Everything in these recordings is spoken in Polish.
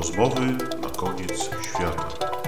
Rozmowy na koniec świata.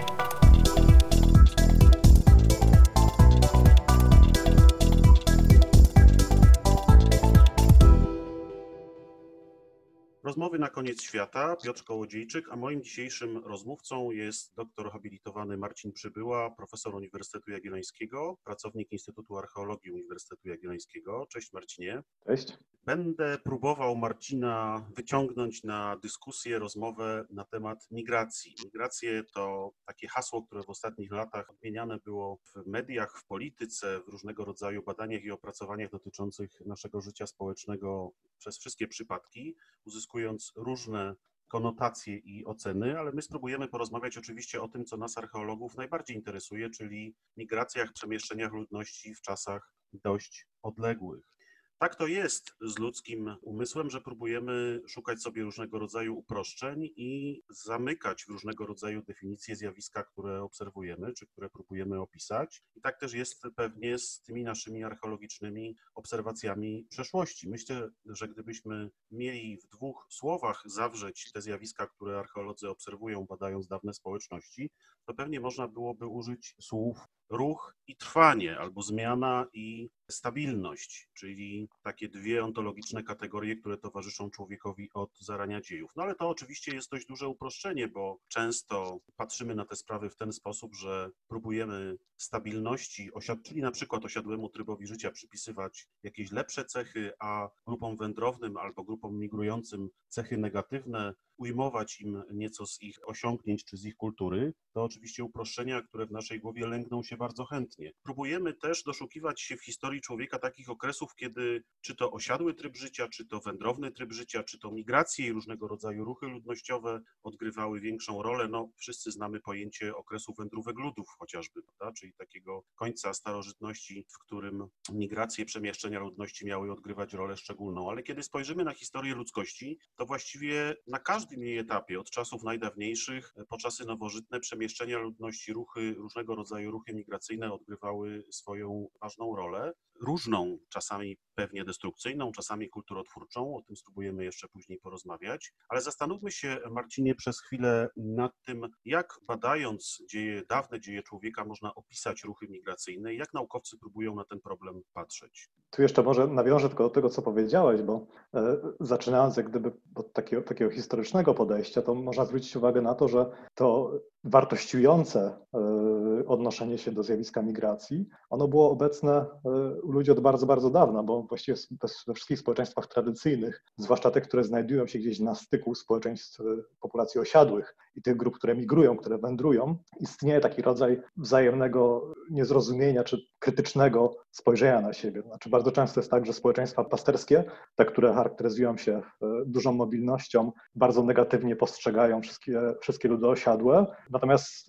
Rozmowy na koniec świata, Piotr Kołodziejczyk, a moim dzisiejszym rozmówcą jest doktor habilitowany Marcin Przybyła, profesor Uniwersytetu Jagiellońskiego, pracownik Instytutu Archeologii Uniwersytetu Jagiellońskiego. Cześć Marcinie. Cześć. Będę próbował Marcina wyciągnąć na dyskusję, rozmowę na temat migracji. Migracje to takie hasło, które w ostatnich latach odmieniane było w mediach, w polityce, w różnego rodzaju badaniach i opracowaniach dotyczących naszego życia społecznego przez wszystkie przypadki, uzyskując różne konotacje i oceny, ale my spróbujemy porozmawiać oczywiście o tym, co nas archeologów najbardziej interesuje, czyli migracjach, przemieszczeniach ludności w czasach dość odległych. Tak to jest z ludzkim umysłem, że próbujemy szukać sobie różnego rodzaju uproszczeń i zamykać w różnego rodzaju definicje zjawiska, które obserwujemy, czy które próbujemy opisać. I tak też jest pewnie z tymi naszymi archeologicznymi obserwacjami przeszłości. Myślę, że gdybyśmy mieli w dwóch słowach zawrzeć te zjawiska, które archeolodzy obserwują, badając dawne społeczności, to pewnie można byłoby użyć słów ruch i trwanie, albo zmiana i stabilność, czyli takie dwie ontologiczne kategorie, które towarzyszą człowiekowi od zarania dziejów. No ale to oczywiście jest dość duże uproszczenie, bo często patrzymy na te sprawy w ten sposób, że próbujemy stabilności, czyli na przykład osiadłemu trybowi życia przypisywać jakieś lepsze cechy, a grupom wędrownym albo grupom migrującym cechy negatywne, ujmować im nieco z ich osiągnięć czy z ich kultury. To oczywiście uproszczenia, które w naszej głowie lęgną się bardzo chętnie. Próbujemy też doszukiwać się w historii człowieka takich okresów, kiedy czy to osiadły tryb życia, czy to wędrowny tryb życia, czy to migracje i różnego rodzaju ruchy ludnościowe odgrywały większą rolę. No, wszyscy znamy pojęcie okresu wędrówek ludów chociażby, prawda? Czyli takiego końca starożytności, w którym migracje, przemieszczenia ludności miały odgrywać rolę szczególną. Ale kiedy spojrzymy na historię ludzkości, to właściwie na każdym jej etapie, od czasów najdawniejszych po czasy nowożytne, przemieszczenia ludności, różnego rodzaju ruchy migracyjne odgrywały swoją ważną rolę. Różną, czasami pewnie destrukcyjną, czasami kulturotwórczą, o tym spróbujemy jeszcze później porozmawiać, ale zastanówmy się, Marcinie, przez chwilę nad tym, jak badając dawne dzieje człowieka można opisać ruchy migracyjne i jak naukowcy próbują na ten problem patrzeć. Tu jeszcze może nawiążę tylko do tego, co powiedziałeś, bo zaczynając jak gdyby od takiego historycznego podejścia, to można zwrócić uwagę na to, że to wartościujące odnoszenie się do zjawiska migracji, ono było obecne u ludzi od bardzo, bardzo dawna, bo właściwie we wszystkich społeczeństwach tradycyjnych, zwłaszcza te, które znajdują się gdzieś na styku społeczeństw populacji osiadłych i tych grup, które migrują, które wędrują, istnieje taki rodzaj wzajemnego niezrozumienia czy krytycznego spojrzenia na siebie. Znaczy bardzo często jest tak, że społeczeństwa pasterskie, te, które charakteryzują się dużą mobilnością, bardzo negatywnie postrzegają wszystkie ludy osiadłe, natomiast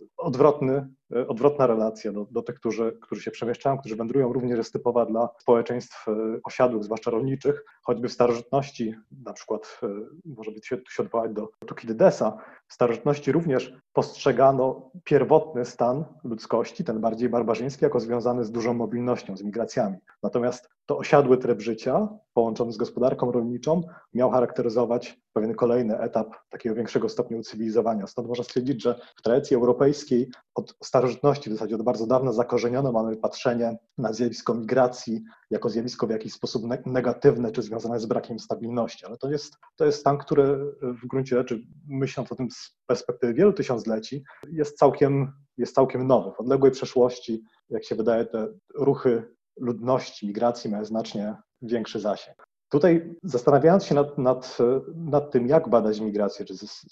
odwrotna relacja do tych, którzy się przemieszczają, którzy wędrują, również jest typowa dla społeczeństw osiadłych, zwłaszcza rolniczych, choćby w starożytności, na przykład może by się odwołać do Tukidydesa, w starożytności również postrzegano pierwotny stan ludzkości, ten bardziej barbarzyński, jako związany z dużą mobilnością, z migracjami. Natomiast to osiadły tryb życia, połączony z gospodarką rolniczą, miał charakteryzować pewien kolejny etap takiego większego stopnia ucywilizowania. Stąd można stwierdzić, że w tradycji europejskiej od starożytności, w zasadzie od bardzo dawna zakorzeniono mamy patrzenie na zjawisko migracji jako zjawisko w jakiś sposób negatywne czy związane z brakiem stabilności. Ale to jest stan, który w gruncie rzeczy, myśląc o tym z perspektywy wielu tysiącleci, jest całkiem nowy. W odległej przeszłości, jak się wydaje, te ruchy ludności, migracji mają znacznie większy zasięg. Tutaj zastanawiając się nad tym, jak badać migrację, czy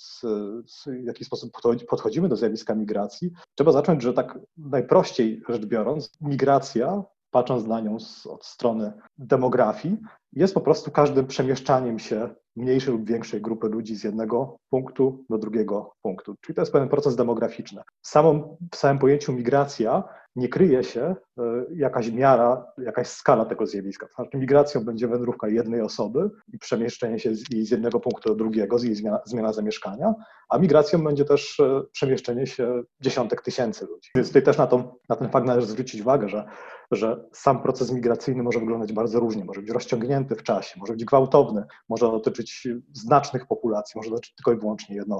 w jaki sposób podchodzimy do zjawiska migracji, trzeba zacząć, że tak najprościej rzecz biorąc, migracja, patrząc na nią od strony demografii, jest po prostu każdym przemieszczaniem się mniejszej lub większej grupy ludzi z jednego punktu do drugiego punktu. Czyli to jest pewien proces demograficzny. W samym pojęciu migracja nie kryje się jakaś miara, jakaś skala tego zjawiska. To znaczy migracją będzie wędrówka jednej osoby i przemieszczenie się z jednego punktu do drugiego, z jej zmiana zamieszkania, a migracją będzie też przemieszczenie się dziesiątek tysięcy ludzi. Więc tutaj też na ten fakt należy zwrócić uwagę, że sam proces migracyjny może wyglądać bardzo różnie, może być rozciągnięty w czasie, może być gwałtowny, może dotyczyć znacznych populacji, może dotyczyć tylko i wyłącznie jednostek.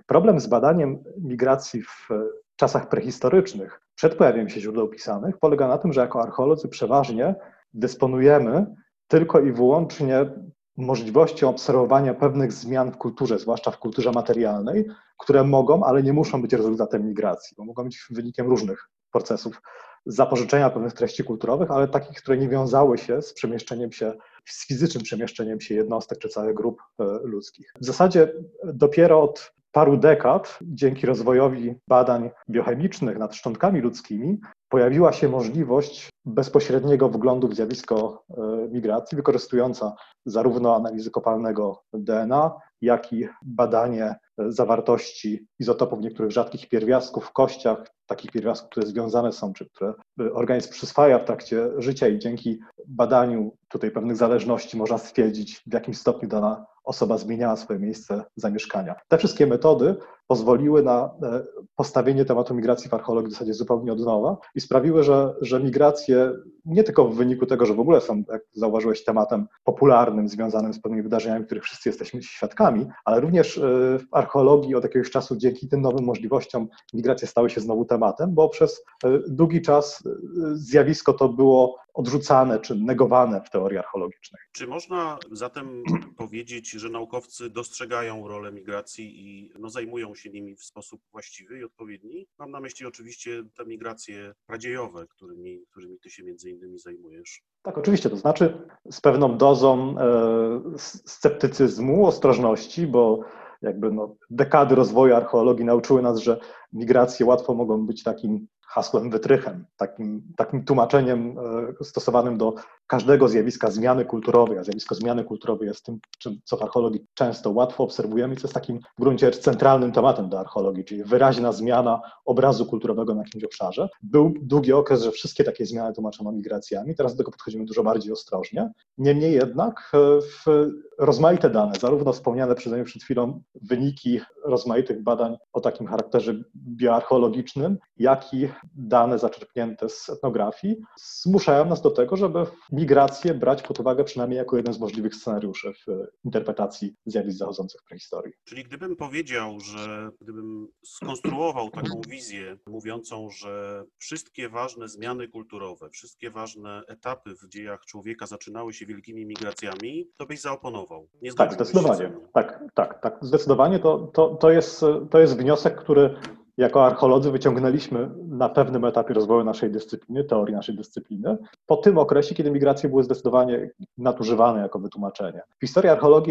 Problem z badaniem migracji w czasach prehistorycznych, przed pojawieniem się źródeł pisanych, polega na tym, że jako archeolodzy przeważnie dysponujemy tylko i wyłącznie możliwością obserwowania pewnych zmian w kulturze, zwłaszcza w kulturze materialnej, które mogą, ale nie muszą być rezultatem migracji, bo mogą być wynikiem różnych procesów zapożyczenia pewnych treści kulturowych, ale takich, które nie wiązały się z przemieszczeniem się, z fizycznym przemieszczeniem się jednostek czy całych grup ludzkich. W zasadzie dopiero od paru dekad, dzięki rozwojowi badań biochemicznych nad szczątkami ludzkimi, pojawiła się możliwość bezpośredniego wglądu w zjawisko migracji, wykorzystująca zarówno analizy kopalnego DNA, jak i badanie zawartości izotopów niektórych rzadkich pierwiastków w kościach, takich pierwiastków, które związane są, czy które organizm przyswaja w trakcie życia i dzięki badaniu tutaj pewnych zależności można stwierdzić, w jakim stopniu dana osoba zmieniała swoje miejsce zamieszkania. Te wszystkie metody pozwoliły na postawienie tematu migracji w archeologii w zasadzie zupełnie od nowa i sprawiły, że migracje nie tylko w wyniku tego, że w ogóle są, jak zauważyłeś, tematem popularnym, związanym z pewnymi wydarzeniami, których wszyscy jesteśmy świadkami, ale również w archeologii od jakiegoś czasu dzięki tym nowym możliwościom migracje stały się znowu tematem, bo przez długi czas zjawisko to było odrzucane czy negowane w teorii archeologicznej. Czy można zatem powiedzieć, że naukowcy dostrzegają rolę migracji i zajmują się nimi w sposób właściwy i odpowiedni? Mam na myśli oczywiście te migracje radziejowe, którymi ty się między innymi zajmujesz. Tak, oczywiście, to znaczy z pewną dozą sceptycyzmu, ostrożności, bo dekady rozwoju archeologii nauczyły nas, że migracje łatwo mogą być takim hasłem wytrychem, takim tłumaczeniem stosowanym do każdego zjawiska zmiany kulturowej, a zjawisko zmiany kulturowej jest tym, co w archeologii często łatwo obserwujemy i co jest takim w gruncie rzeczy centralnym tematem do archeologii, czyli wyraźna zmiana obrazu kulturowego na jakimś obszarze. Był długi okres, że wszystkie takie zmiany tłumaczono migracjami, teraz do tego podchodzimy dużo bardziej ostrożnie. Niemniej jednak rozmaite dane, zarówno wspomniane przeze mnie przed chwilą wyniki rozmaitych badań o takim charakterze bioarcheologicznym, jak i dane zaczerpnięte z etnografii, zmuszają nas do tego, żeby migrację brać pod uwagę przynajmniej jako jeden z możliwych scenariuszy w interpretacji zjawisk zachodzących w prehistorii. Czyli gdybym skonstruował taką wizję mówiącą, że wszystkie ważne zmiany kulturowe, wszystkie ważne etapy w dziejach człowieka zaczynały się wielkimi migracjami, to byś zaoponował. Nie zgodziłbyś się ze mną? Tak, zdecydowanie to jest wniosek, który jako archeolodzy wyciągnęliśmy na pewnym etapie rozwoju naszej dyscypliny, teorii naszej dyscypliny, po tym okresie, kiedy migracje były zdecydowanie nadużywane jako wytłumaczenie. W historii archeologii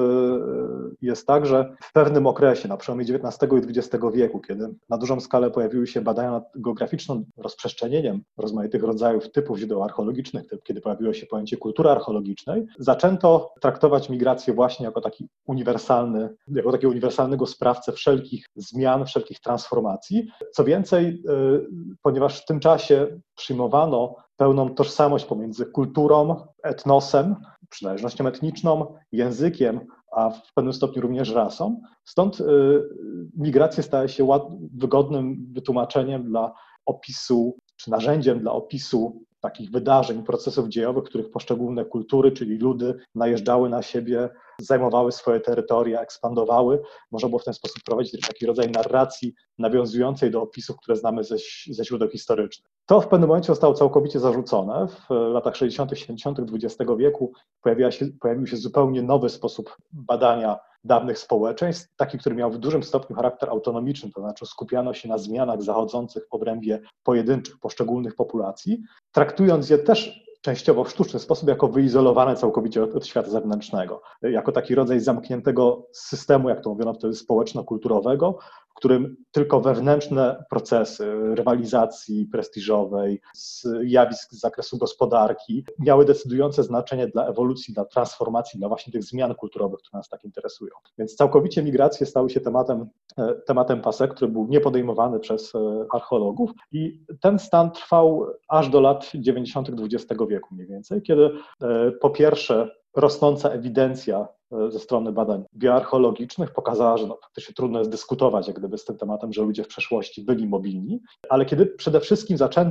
jest tak, że w pewnym okresie, na przełomie XIX i XX wieku, kiedy na dużą skalę pojawiły się badania nad geograficznym rozprzestrzenieniiem rozmaitych rodzajów typów źródeł archeologicznych, kiedy pojawiło się pojęcie kultury archeologicznej, zaczęto traktować migrację właśnie jako takiego uniwersalnego sprawcę wszelkich zmian, wszelkich transformacji. Co więcej, ponieważ w tym czasie przyjmowano pełną tożsamość pomiędzy kulturą, etnosem, przynależnością etniczną, językiem, a w pewnym stopniu również rasą, stąd migracje stały się wygodnym wytłumaczeniem dla opisu, czy narzędziem dla opisu takich wydarzeń, procesów dziejowych, w których poszczególne kultury, czyli ludy, najeżdżały na siebie, zajmowały swoje terytoria, ekspandowały. Można było w ten sposób prowadzić taki rodzaj narracji nawiązującej do opisów, które znamy ze źródeł historycznych. To w pewnym momencie zostało całkowicie zarzucone. W latach 60., 70. XX wieku pojawił się zupełnie nowy sposób badania dawnych społeczeństw, taki, który miał w dużym stopniu charakter autonomiczny, to znaczy skupiano się na zmianach zachodzących w obrębie pojedynczych, poszczególnych populacji, traktując je też częściowo w sztuczny sposób jako wyizolowane całkowicie od świata zewnętrznego, jako taki rodzaj zamkniętego systemu, jak to mówiono wtedy, społeczno-kulturowego, w którym tylko wewnętrzne procesy rywalizacji prestiżowej, zjawisk z zakresu gospodarki miały decydujące znaczenie dla ewolucji, dla transformacji, dla właśnie tych zmian kulturowych, które nas tak interesują. Więc całkowicie migracje stały się tematem passé, który był niepodejmowany przez archeologów i ten stan trwał aż do lat 90. XX wieku mniej więcej, kiedy po pierwsze rosnąca ewidencja ze strony badań bioarcheologicznych pokazała, że faktycznie trudno jest dyskutować jak gdyby z tym tematem, że ludzie w przeszłości byli mobilni, ale kiedy przede wszystkim zaczęto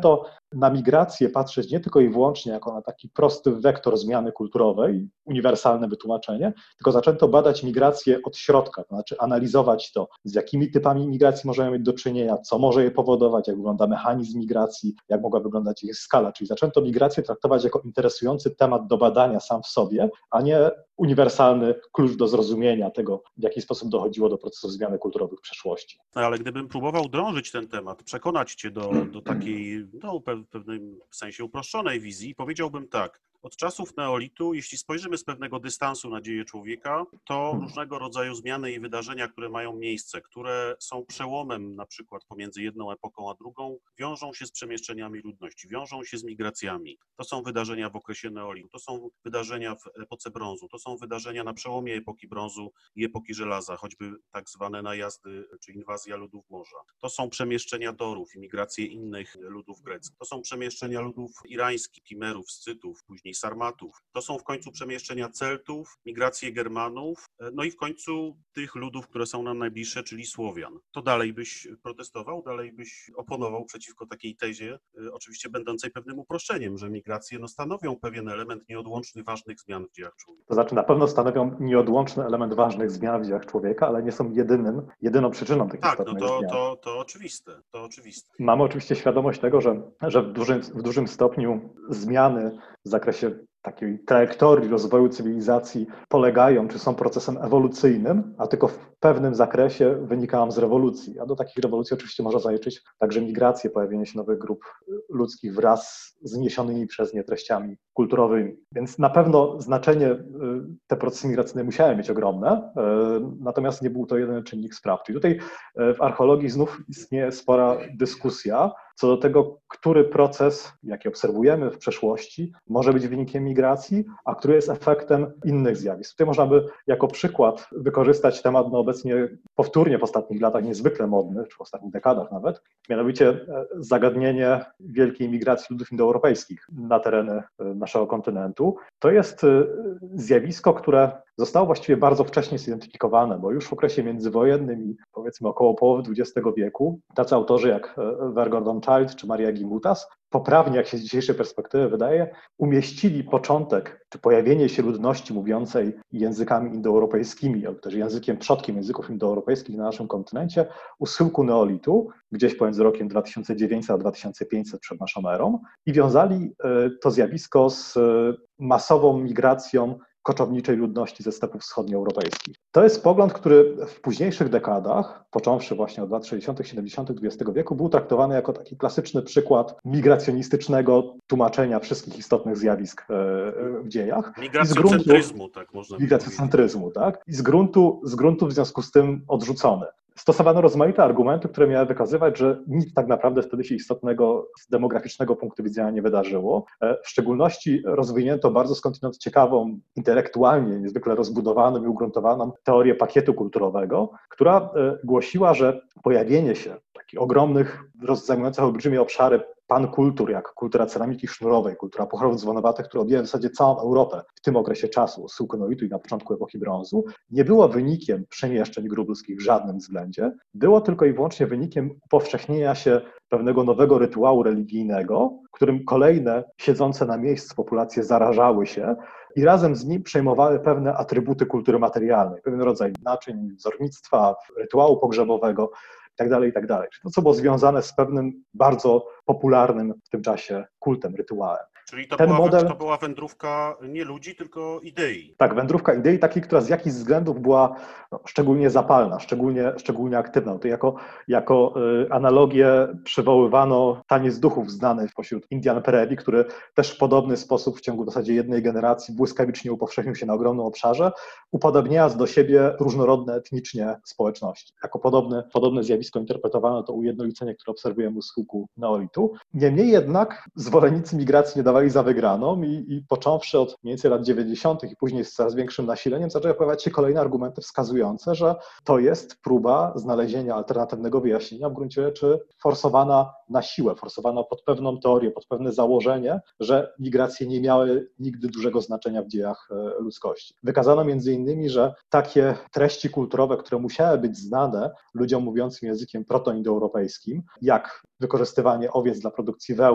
na migrację patrzeć nie tylko i wyłącznie jako na taki prosty wektor zmiany kulturowej, uniwersalne wytłumaczenie, tylko zaczęto badać migrację od środka, to znaczy analizować to, z jakimi typami migracji możemy mieć do czynienia, co może je powodować, jak wygląda mechanizm migracji, jak mogła wyglądać ich skala, czyli zaczęto migrację traktować jako interesujący temat do badania sam w sobie, a nie uniwersalny klucz do zrozumienia tego, w jaki sposób dochodziło do procesów zmiany kulturowych w przeszłości. Ale gdybym próbował drążyć ten temat, przekonać cię do takiej, w pewnym sensie uproszczonej wizji, powiedziałbym tak. Od czasów neolitu, jeśli spojrzymy z pewnego dystansu na dzieje człowieka, to różnego rodzaju zmiany i wydarzenia, które mają miejsce, które są przełomem na przykład pomiędzy jedną epoką a drugą, wiążą się z przemieszczeniami ludności, wiążą się z migracjami. To są wydarzenia w okresie neolitu, to są wydarzenia w epoce brązu, to są wydarzenia na przełomie epoki brązu i epoki żelaza, choćby tak zwane najazdy czy inwazja ludów morza. To są przemieszczenia Dorów i migracje innych ludów greckich. To są przemieszczenia ludów irańskich, Kimerów, Scytów, później Sarmatów. To są w końcu przemieszczenia Celtów, migracje Germanów, no i w końcu tych ludów, które są nam najbliższe, czyli Słowian. To dalej byś protestował, dalej byś oponował przeciwko takiej tezie, oczywiście będącej pewnym uproszczeniem, że migracje stanowią pewien element nieodłączny ważnych zmian w dziejach człowieka. To znaczy na pewno stanowią nieodłączny element ważnych zmian w dziejach człowieka, ale nie są jedyną przyczyną tych istotnych zmian. To oczywiste, to oczywiste. Mamy oczywiście świadomość tego, że w dużym stopniu zmiany w zakresie takiej trajektorii rozwoju cywilizacji polegają, czy są procesem ewolucyjnym, a tylko w pewnym zakresie wynikają z rewolucji. A do takich rewolucji oczywiście można zaliczyć także migrację, pojawienie się nowych grup ludzkich wraz z niesionymi przez nie treściami kulturowymi. Więc na pewno znaczenie te procesy migracyjne musiały mieć ogromne, natomiast nie był to jedyny czynnik sprawczy. I tutaj w archeologii znów istnieje spora dyskusja co do tego, który proces, jaki obserwujemy w przeszłości, może być wynikiem migracji, a który jest efektem innych zjawisk. Tutaj można by jako przykład wykorzystać temat obecnie powtórnie w ostatnich latach niezwykle modny, czy w ostatnich dekadach nawet, mianowicie zagadnienie wielkiej migracji ludów indoeuropejskich na tereny naszego kontynentu. To jest zjawisko, które zostało właściwie bardzo wcześnie zidentyfikowane, bo już w okresie międzywojennym i powiedzmy około połowy XX wieku tacy autorzy jak Ver Gordon Child czy Maria Gimbutas poprawnie, jak się z dzisiejszej perspektywy wydaje, umieścili początek czy pojawienie się ludności mówiącej językami indoeuropejskimi, albo też językiem przodkiem języków indoeuropejskich na naszym kontynencie u schyłku neolitu, gdzieś pomiędzy rokiem 2900 a 2500 przed naszą erą i wiązali to zjawisko z masową migracją koczowniczej ludności ze stepów wschodnioeuropejskich. To jest pogląd, który w późniejszych dekadach, począwszy właśnie od lat 60., 70. XX wieku, był traktowany jako taki klasyczny przykład migracjonistycznego tłumaczenia wszystkich istotnych zjawisk w dziejach. Migracjocentryzmu, tak można powiedzieć. Migracjocentryzmu, tak? I z gruntu w związku z tym odrzucony. Stosowano rozmaite argumenty, które miały wykazywać, że nic tak naprawdę wtedy się istotnego z demograficznego punktu widzenia nie wydarzyło. W szczególności rozwinięto bardzo skądinąd ciekawą, intelektualnie niezwykle rozbudowaną i ugruntowaną teorię pakietu kulturowego, która głosiła, że pojawienie się takich ogromnych, zajmujących olbrzymie obszary pankultur, jak kultura ceramiki sznurowej, kultura pochorów dzwonowatych, które objęły w zasadzie całą Europę w tym okresie czasu, z schyłku neolitu i na początku epoki brązu, nie było wynikiem przemieszczeń grup ludzkich w żadnym względzie, było tylko i wyłącznie wynikiem upowszechnienia się pewnego nowego rytuału religijnego, którym kolejne siedzące na miejscu populacje zarażały się i razem z nim przejmowały pewne atrybuty kultury materialnej, pewien rodzaj naczyń, wzornictwa, rytuału pogrzebowego, i tak dalej. To, co było związane z pewnym bardzo popularnym w tym czasie kultem, rytuałem. Czyli to była wędrówka nie ludzi, tylko idei. Tak, wędrówka idei takiej, która z jakichś względów była szczególnie zapalna, szczególnie aktywna. Tutaj jako analogię przywoływano taniec duchów znany pośród Indian Prairie, który też w podobny sposób w ciągu w zasadzie jednej generacji błyskawicznie upowszechnił się na ogromnym obszarze, upodobniając do siebie różnorodne etnicznie społeczności. Jako podobne zjawisko interpretowano to ujednolicenie, które obserwujemy u schyłku neolitu. Niemniej jednak zwolennicy migracji nie dawali za wygraną i począwszy od mniej więcej lat 90. i później z coraz większym nasileniem zaczęły pojawiać się kolejne argumenty wskazujące, że to jest próba znalezienia alternatywnego wyjaśnienia w gruncie rzeczy forsowana na siłę, forsowana pod pewną teorię, pod pewne założenie, że migracje nie miały nigdy dużego znaczenia w dziejach ludzkości. Wykazano między innymi, że takie treści kulturowe, które musiały być znane ludziom mówiącym językiem protoindoeuropejskim, jak wykorzystywanie owiec dla produkcji wełny,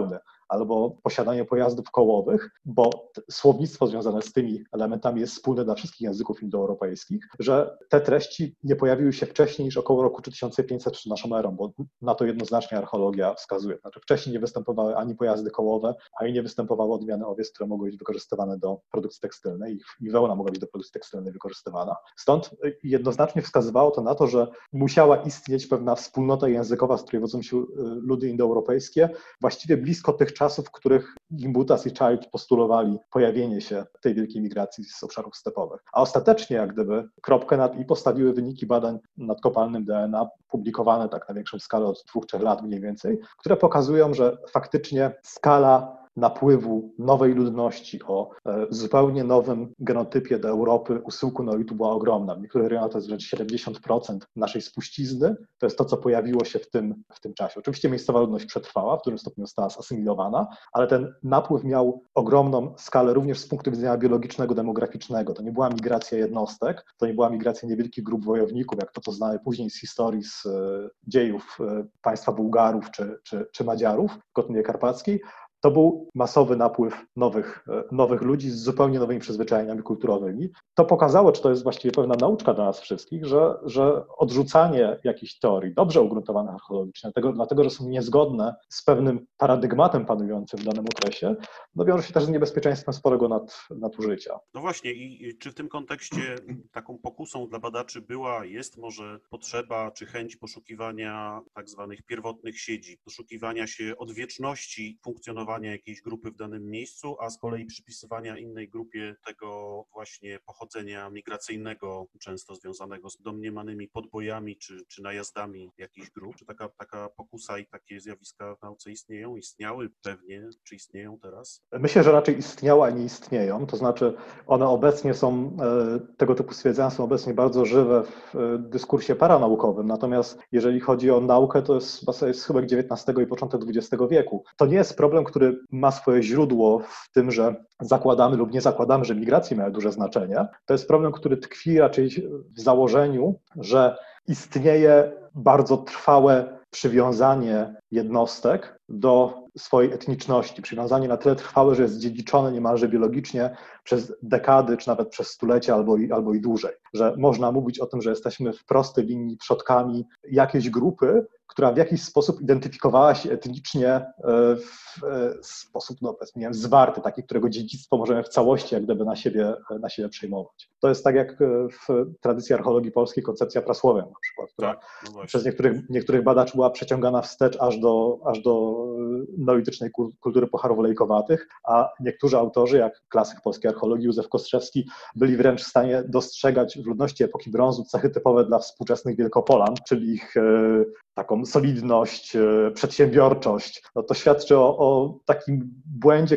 albo posiadanie pojazdów kołowych, bo słownictwo związane z tymi elementami jest wspólne dla wszystkich języków indoeuropejskich, że te treści nie pojawiły się wcześniej niż około roku 3500 przed naszą erą, bo na to jednoznacznie archeologia wskazuje. Znaczy wcześniej nie występowały ani pojazdy kołowe, ani nie występowały odmiany owiec, które mogły być wykorzystywane do produkcji tekstylnej i wełna mogła być do produkcji tekstylnej wykorzystywana. Stąd jednoznacznie wskazywało to na to, że musiała istnieć pewna wspólnota językowa, z której wodzą się ludy indoeuropejskie, właściwie blisko tych czasów, w których Gimbutas i Child postulowali pojawienie się tej wielkiej migracji z obszarów stepowych. A ostatecznie jak gdyby kropkę nad i postawiły wyniki badań nad kopalnym DNA, publikowane tak na większą skalę od 2-3 lat mniej więcej, które pokazują, że faktycznie skala napływu nowej ludności o zupełnie nowym genotypie do Europy u schyłku neolitu była ogromna. W niektórych rejonach to jest wręcz 70% naszej spuścizny. To jest to, co pojawiło się w tym czasie. Oczywiście miejscowa ludność przetrwała, w którym stopniu została zasymilowana, ale ten napływ miał ogromną skalę również z punktu widzenia biologicznego, demograficznego. To nie była migracja jednostek, to nie była migracja niewielkich grup wojowników, jak to, co znamy później z historii, z dziejów państwa Bułgarów czy Madziarów w Kotlinie Karpackiej. To był masowy napływ nowych ludzi z zupełnie nowymi przyzwyczajeniami kulturowymi. To pokazało, czy to jest właściwie pewna nauczka dla nas wszystkich, że odrzucanie jakichś teorii dobrze ugruntowanych archeologicznie, dlatego że są niezgodne z pewnym paradygmatem panującym w danym okresie, no wiąże się też z niebezpieczeństwem sporego nadużycia. No właśnie, i czy w tym kontekście taką pokusą dla badaczy jest może potrzeba czy chęć poszukiwania tak zwanych pierwotnych siedzib, poszukiwania się odwieczności funkcjonowania jakiejś grupy w danym miejscu, a z kolei przypisywania innej grupie tego właśnie pochodzenia migracyjnego, często związanego z domniemanymi podbojami czy najazdami jakichś grup? Czy taka pokusa i takie zjawiska w nauce istnieją? Istniały pewnie, czy istnieją teraz? Myślę, że raczej istniały, a nie istnieją. To znaczy one obecnie są, tego typu stwierdzenia są obecnie bardzo żywe w dyskursie paranaukowym. Natomiast jeżeli chodzi o naukę, to jest chyba XIX i początek XX wieku. To nie jest problem, który ma swoje źródło w tym, że zakładamy lub nie zakładamy, że migracje miały duże znaczenie. To jest problem, który tkwi raczej w założeniu, że istnieje bardzo trwałe przywiązanie jednostek do swojej etniczności. Przywiązanie na tyle trwałe, że jest dziedziczone niemalże biologicznie przez dekady, czy nawet przez stulecia albo i dłużej. Że można mówić o tym, że jesteśmy w prostej linii przodkami jakiejś grupy, która w jakiś sposób identyfikowała się etnicznie w sposób, powiedzmy, zwarty, taki, którego dziedzictwo możemy w całości jak gdyby na siebie przejmować. To jest tak jak w tradycji archeologii polskiej koncepcja prasłowia na przykład, która przez niektórych badaczy była przeciągana wstecz aż do neolitycznej kultury pucharowo-lejkowatych, a niektórzy autorzy, jak klasyk polskiej archeologii Józef Kostrzewski, byli wręcz w stanie dostrzegać w ludności epoki brązu cechy typowe dla współczesnych Wielkopolan, czyli ich taką solidność, przedsiębiorczość. No to świadczy o takim błędzie,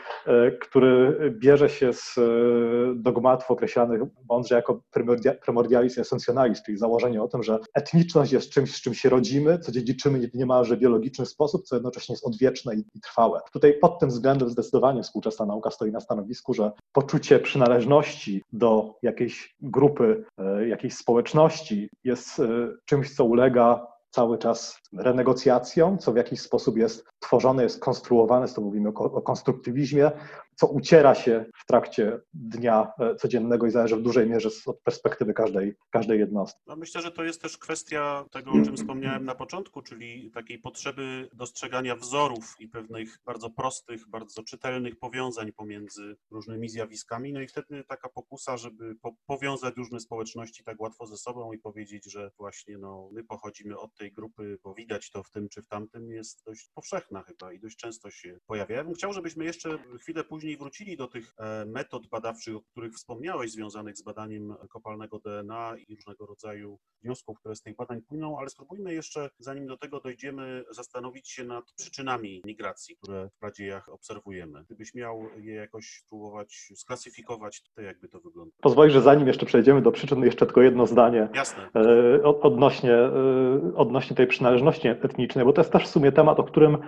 który bierze się z dogmatów określanych mądrze jako primordialis essentialis, czyli założenie o tym, że etniczność jest czymś, z czym się rodzimy, co dziedziczymy w niemalże biologiczny sposób, co jednocześnie jest odwieczne i trwałe. Tutaj pod tym względem zdecydowanie współczesna nauka stoi na stanowisku, że poczucie przynależności do jakiejś grupy, jakiejś społeczności jest czymś, co ulega cały czas renegocjacjom, co w jakiś sposób jest tworzone, jest konstruowane, to mówimy o konstruktywizmie, co uciera się w trakcie dnia codziennego i zależy w dużej mierze od perspektywy każdej jednostki. No myślę, że to jest też kwestia tego, o czym wspomniałem na początku, czyli takiej potrzeby dostrzegania wzorów i pewnych bardzo prostych, bardzo czytelnych powiązań pomiędzy różnymi zjawiskami. No i wtedy taka pokusa, żeby powiązać różne społeczności tak łatwo ze sobą i powiedzieć, że właśnie my pochodzimy od tej grupy, bo widać to w tym czy w tamtym, jest dość powszechna chyba i dość często się pojawia. Ja bym chciał, żebyśmy jeszcze chwilę później wrócili do tych metod badawczych, o których wspomniałeś, związanych z badaniem kopalnego DNA i różnego rodzaju wniosków, które z tych badań płyną, ale spróbujmy jeszcze, zanim do tego dojdziemy, zastanowić się nad przyczynami migracji, które w pradziejach obserwujemy. Gdybyś miał je jakoś spróbować sklasyfikować, to jakby to wygląda? Pozwolisz, że zanim jeszcze przejdziemy do przyczyn, jeszcze tylko jedno zdanie. Jasne. Odnośnie tej przynależności etnicznej, bo to jest też w sumie temat, o którym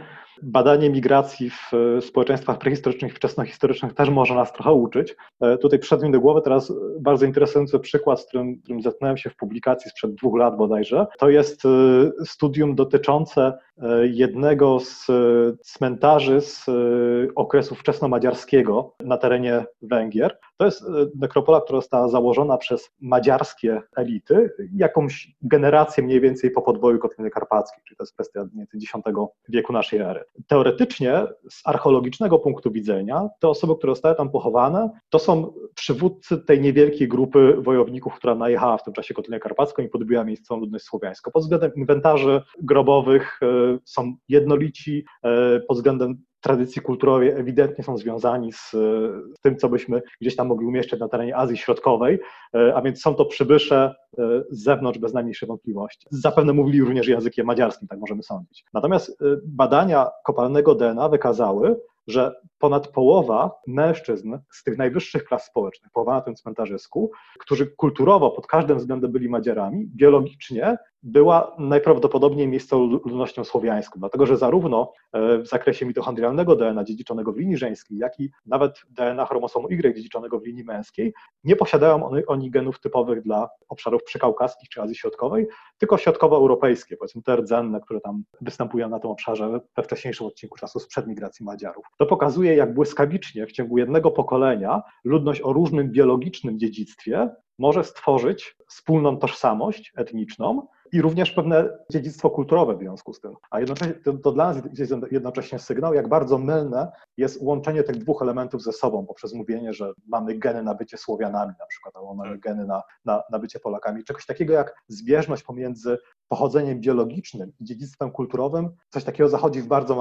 badanie migracji w społeczeństwach prehistorycznych i wczesnohistorycznych też może nas trochę uczyć. Tutaj przyszedł mi do głowy teraz bardzo interesujący przykład, z którym zetknąłem się w publikacji sprzed 2 lat bodajże. To jest studium dotyczące jednego z cmentarzy z okresu wczesnomadziarskiego na terenie Węgier. To jest nekropola, która została założona przez madziarskie elity, jakąś generację mniej więcej po podboju Kotliny Karpackiej, czyli to jest kwestia X wieku naszej ery. Teoretycznie, z archeologicznego punktu widzenia, te osoby, które zostały tam pochowane, to są przywódcy tej niewielkiej grupy wojowników, która najechała w tym czasie Kotlinę Karpacką i podbiła miejscową ludność słowiańską. Pod względem inwentarzy grobowych są jednolici, pod względem tradycji kulturowej ewidentnie są związani z tym, co byśmy gdzieś tam mogli umieszczać na terenie Azji Środkowej, a więc są to przybysze z zewnątrz bez najmniejszej wątpliwości. Zapewne mówili również językiem madziarskim, tak możemy sądzić. Natomiast badania kopalnego DNA wykazały, że ponad połowa mężczyzn z tych najwyższych klas społecznych, połowa na tym cmentarzysku, którzy kulturowo pod każdym względem byli Madziarami, biologicznie była najprawdopodobniej miejscową ludnością słowiańską, dlatego że zarówno w zakresie mitochondrialnego DNA dziedziczonego w linii żeńskiej, jak i nawet DNA chromosomu Y dziedziczonego w linii męskiej, nie posiadają oni genów typowych dla obszarów przykaukaskich czy Azji Środkowej, tylko środkowoeuropejskie, powiedzmy te rdzenne, które tam występują na tym obszarze we wcześniejszym odcinku czasu sprzed migracji Madziarów. To pokazuje, jak błyskawicznie w ciągu jednego pokolenia ludność o różnym biologicznym dziedzictwie może stworzyć wspólną tożsamość etniczną i również pewne dziedzictwo kulturowe w związku z tym. A jednocześnie to dla nas jest jednocześnie sygnał, jak bardzo mylne jest łączenie tych 2 elementów ze sobą poprzez mówienie, że mamy geny na bycie Słowianami na przykład, albo mamy geny na bycie Polakami. Czegoś takiego jak zbieżność pomiędzy pochodzeniem biologicznym i dziedzictwem kulturowym, coś takiego zachodzi w bardzo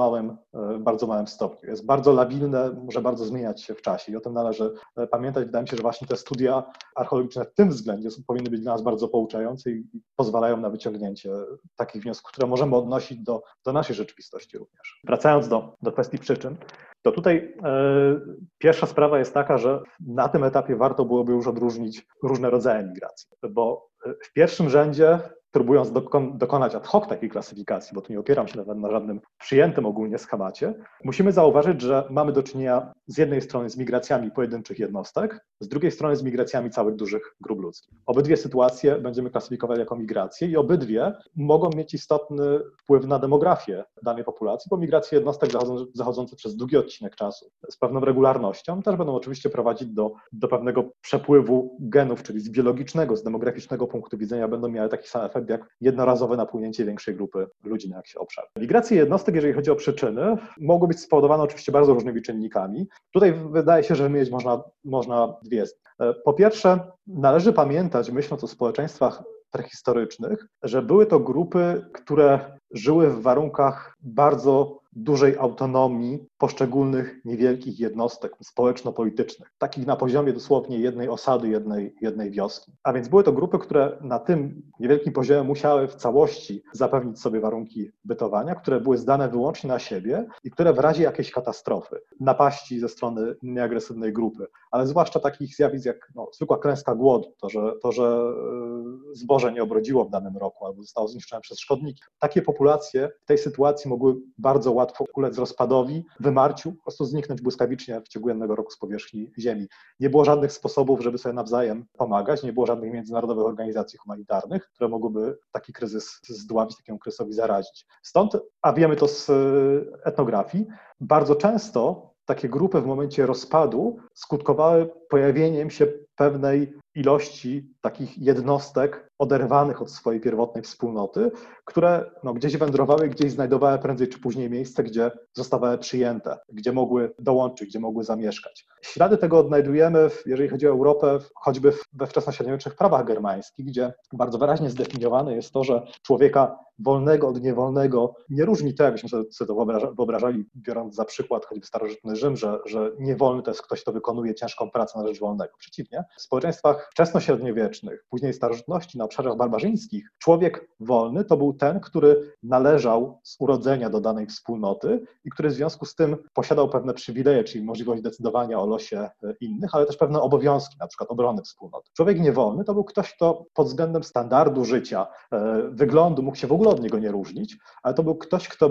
małym stopniu. Jest bardzo labilne, może bardzo zmieniać się w czasie i o tym należy pamiętać. Wydaje mi się, że właśnie te studia archeologiczne w tym względzie powinny być dla nas bardzo pouczające i pozwalają na wyciągnięcie takich wniosków, które możemy odnosić do naszej rzeczywistości również. Wracając do kwestii przyczyn, to tutaj pierwsza sprawa jest taka, że na tym etapie warto byłoby już odróżnić różne rodzaje migracji, bo w pierwszym rzędzie, próbując dokonać ad hoc takiej klasyfikacji, bo tu nie opieram się nawet na żadnym przyjętym ogólnie schemacie, musimy zauważyć, że mamy do czynienia z jednej strony z migracjami pojedynczych jednostek, z drugiej strony z migracjami całych dużych grup ludzkich. Obydwie sytuacje będziemy klasyfikować jako migracje i obydwie mogą mieć istotny wpływ na demografię danej populacji, bo migracje jednostek zachodzące przez długi odcinek czasu z pewną regularnością też będą oczywiście prowadzić do pewnego przepływu genów, czyli z biologicznego, z demograficznego punktu widzenia będą miały taki sam efekt jak jednorazowe napłynięcie większej grupy ludzi na jakiś obszar. Migracje jednostek, jeżeli chodzi o przyczyny, mogą być spowodowane oczywiście bardzo różnymi czynnikami. Tutaj wydaje się, że wymienić można 2. Po pierwsze, należy pamiętać, myśląc o społeczeństwach prehistorycznych, że były to grupy, które żyły w warunkach bardzo dużej autonomii poszczególnych niewielkich jednostek społeczno-politycznych, takich na poziomie dosłownie jednej osady, jednej wioski. A więc były to grupy, które na tym niewielkim poziomie musiały w całości zapewnić sobie warunki bytowania, które były zdane wyłącznie na siebie i które w razie jakiejś katastrofy, napaści ze strony nieagresywnej grupy, ale zwłaszcza takich zjawisk jak zwykła klęska głodu, to, że zboże nie obrodziło w danym roku albo zostało zniszczone przez szkodniki. Takie populacje w tej sytuacji mogły bardzo łatwo ulec rozpadowi, wymarciu, po prostu zniknąć błyskawicznie w ciągu jednego roku z powierzchni Ziemi. Nie było żadnych sposobów, żeby sobie nawzajem pomagać, nie było żadnych międzynarodowych organizacji humanitarnych, które mogłyby taki kryzys zdławić, takiemu kryzysowi zaradzić. Stąd, a wiemy to z etnografii, bardzo często takie grupy w momencie rozpadu skutkowały pojawieniem się pewnej ilości takich jednostek oderwanych od swojej pierwotnej wspólnoty, które gdzieś wędrowały, gdzieś znajdowały prędzej czy później miejsce, gdzie zostawały przyjęte, gdzie mogły dołączyć, gdzie mogły zamieszkać. Ślady tego odnajdujemy, jeżeli chodzi o Europę, choćby we wczesnośredniowiecznych prawach germańskich, gdzie bardzo wyraźnie zdefiniowane jest to, że człowieka wolnego od niewolnego nie różni to, jakbyśmy sobie to wyobrażali, biorąc za przykład choćby starożytny Rzym, że niewolny to jest ktoś, kto wykonuje ciężką pracę na rzecz wolnego. Przeciwnie, w społeczeństwach wczesnośredniowiecznych, później starożytności, na obszarach barbarzyńskich, człowiek wolny to był ten, który należał z urodzenia do danej wspólnoty i który w związku z tym posiadał pewne przywileje, czyli możliwość decydowania o losie innych, ale też pewne obowiązki, na przykład obrony wspólnoty. Człowiek niewolny to był ktoś, kto pod względem standardu życia, wyglądu mógł się w ogóle od niego nie różnić, ale to był ktoś, kto był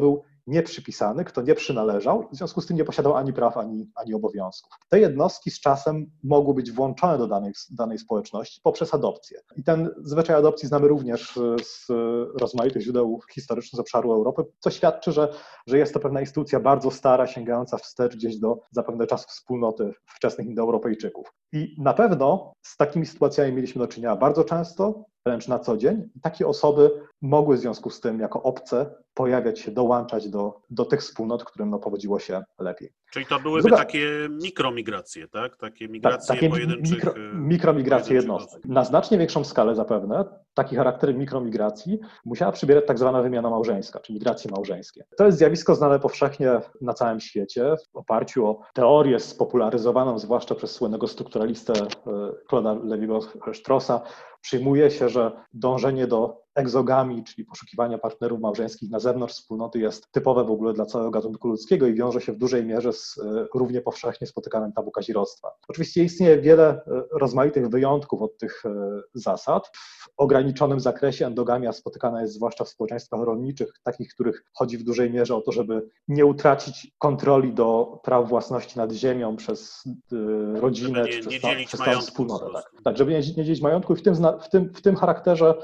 nieprzypisany, kto nie przynależał, w związku z tym nie posiadał ani praw, ani obowiązków. Te jednostki z czasem mogły być włączone do danej społeczności poprzez adopcję. I ten zwyczaj adopcji znamy również z rozmaitych źródeł historycznych z obszaru Europy, co świadczy, że jest to pewna instytucja bardzo stara, sięgająca wstecz gdzieś do zapewne czasów wspólnoty wczesnych Indoeuropejczyków. I na pewno z takimi sytuacjami mieliśmy do czynienia bardzo często, wręcz na co dzień. I takie osoby mogły w związku z tym jako obce pojawiać się, dołączać do tych wspólnot, którym powodziło się lepiej. Czyli to byłyby takie mikromigracje, tak? Takie migracje takie pojedynczych... mikromigracje jednostek. Na znacznie większą skalę zapewne taki charakter mikromigracji musiała przybierać tak zwana wymiana małżeńska, czy migracje małżeńskie. To jest zjawisko znane powszechnie na całym świecie w oparciu o teorię spopularyzowaną zwłaszcza przez słynnego strukturalistę Claude'a Lévi-Straussa. Przyjmuje się, że dążenie do egzogamii, czyli poszukiwania partnerów małżeńskich na zewnątrz wspólnoty jest typowe w ogóle dla całego gatunku ludzkiego i wiąże się w dużej mierze z równie powszechnie spotykanym tabu kazirodztwa. Oczywiście istnieje wiele rozmaitych wyjątków od tych zasad. W ograniczonym zakresie endogamia spotykana jest zwłaszcza w społeczeństwach rolniczych, takich, w których chodzi w dużej mierze o to, żeby nie utracić kontroli do praw własności nad ziemią przez rodzinę czy przez całą wspólnotę. Tak, żeby nie dzielić majątku i w tym charakterze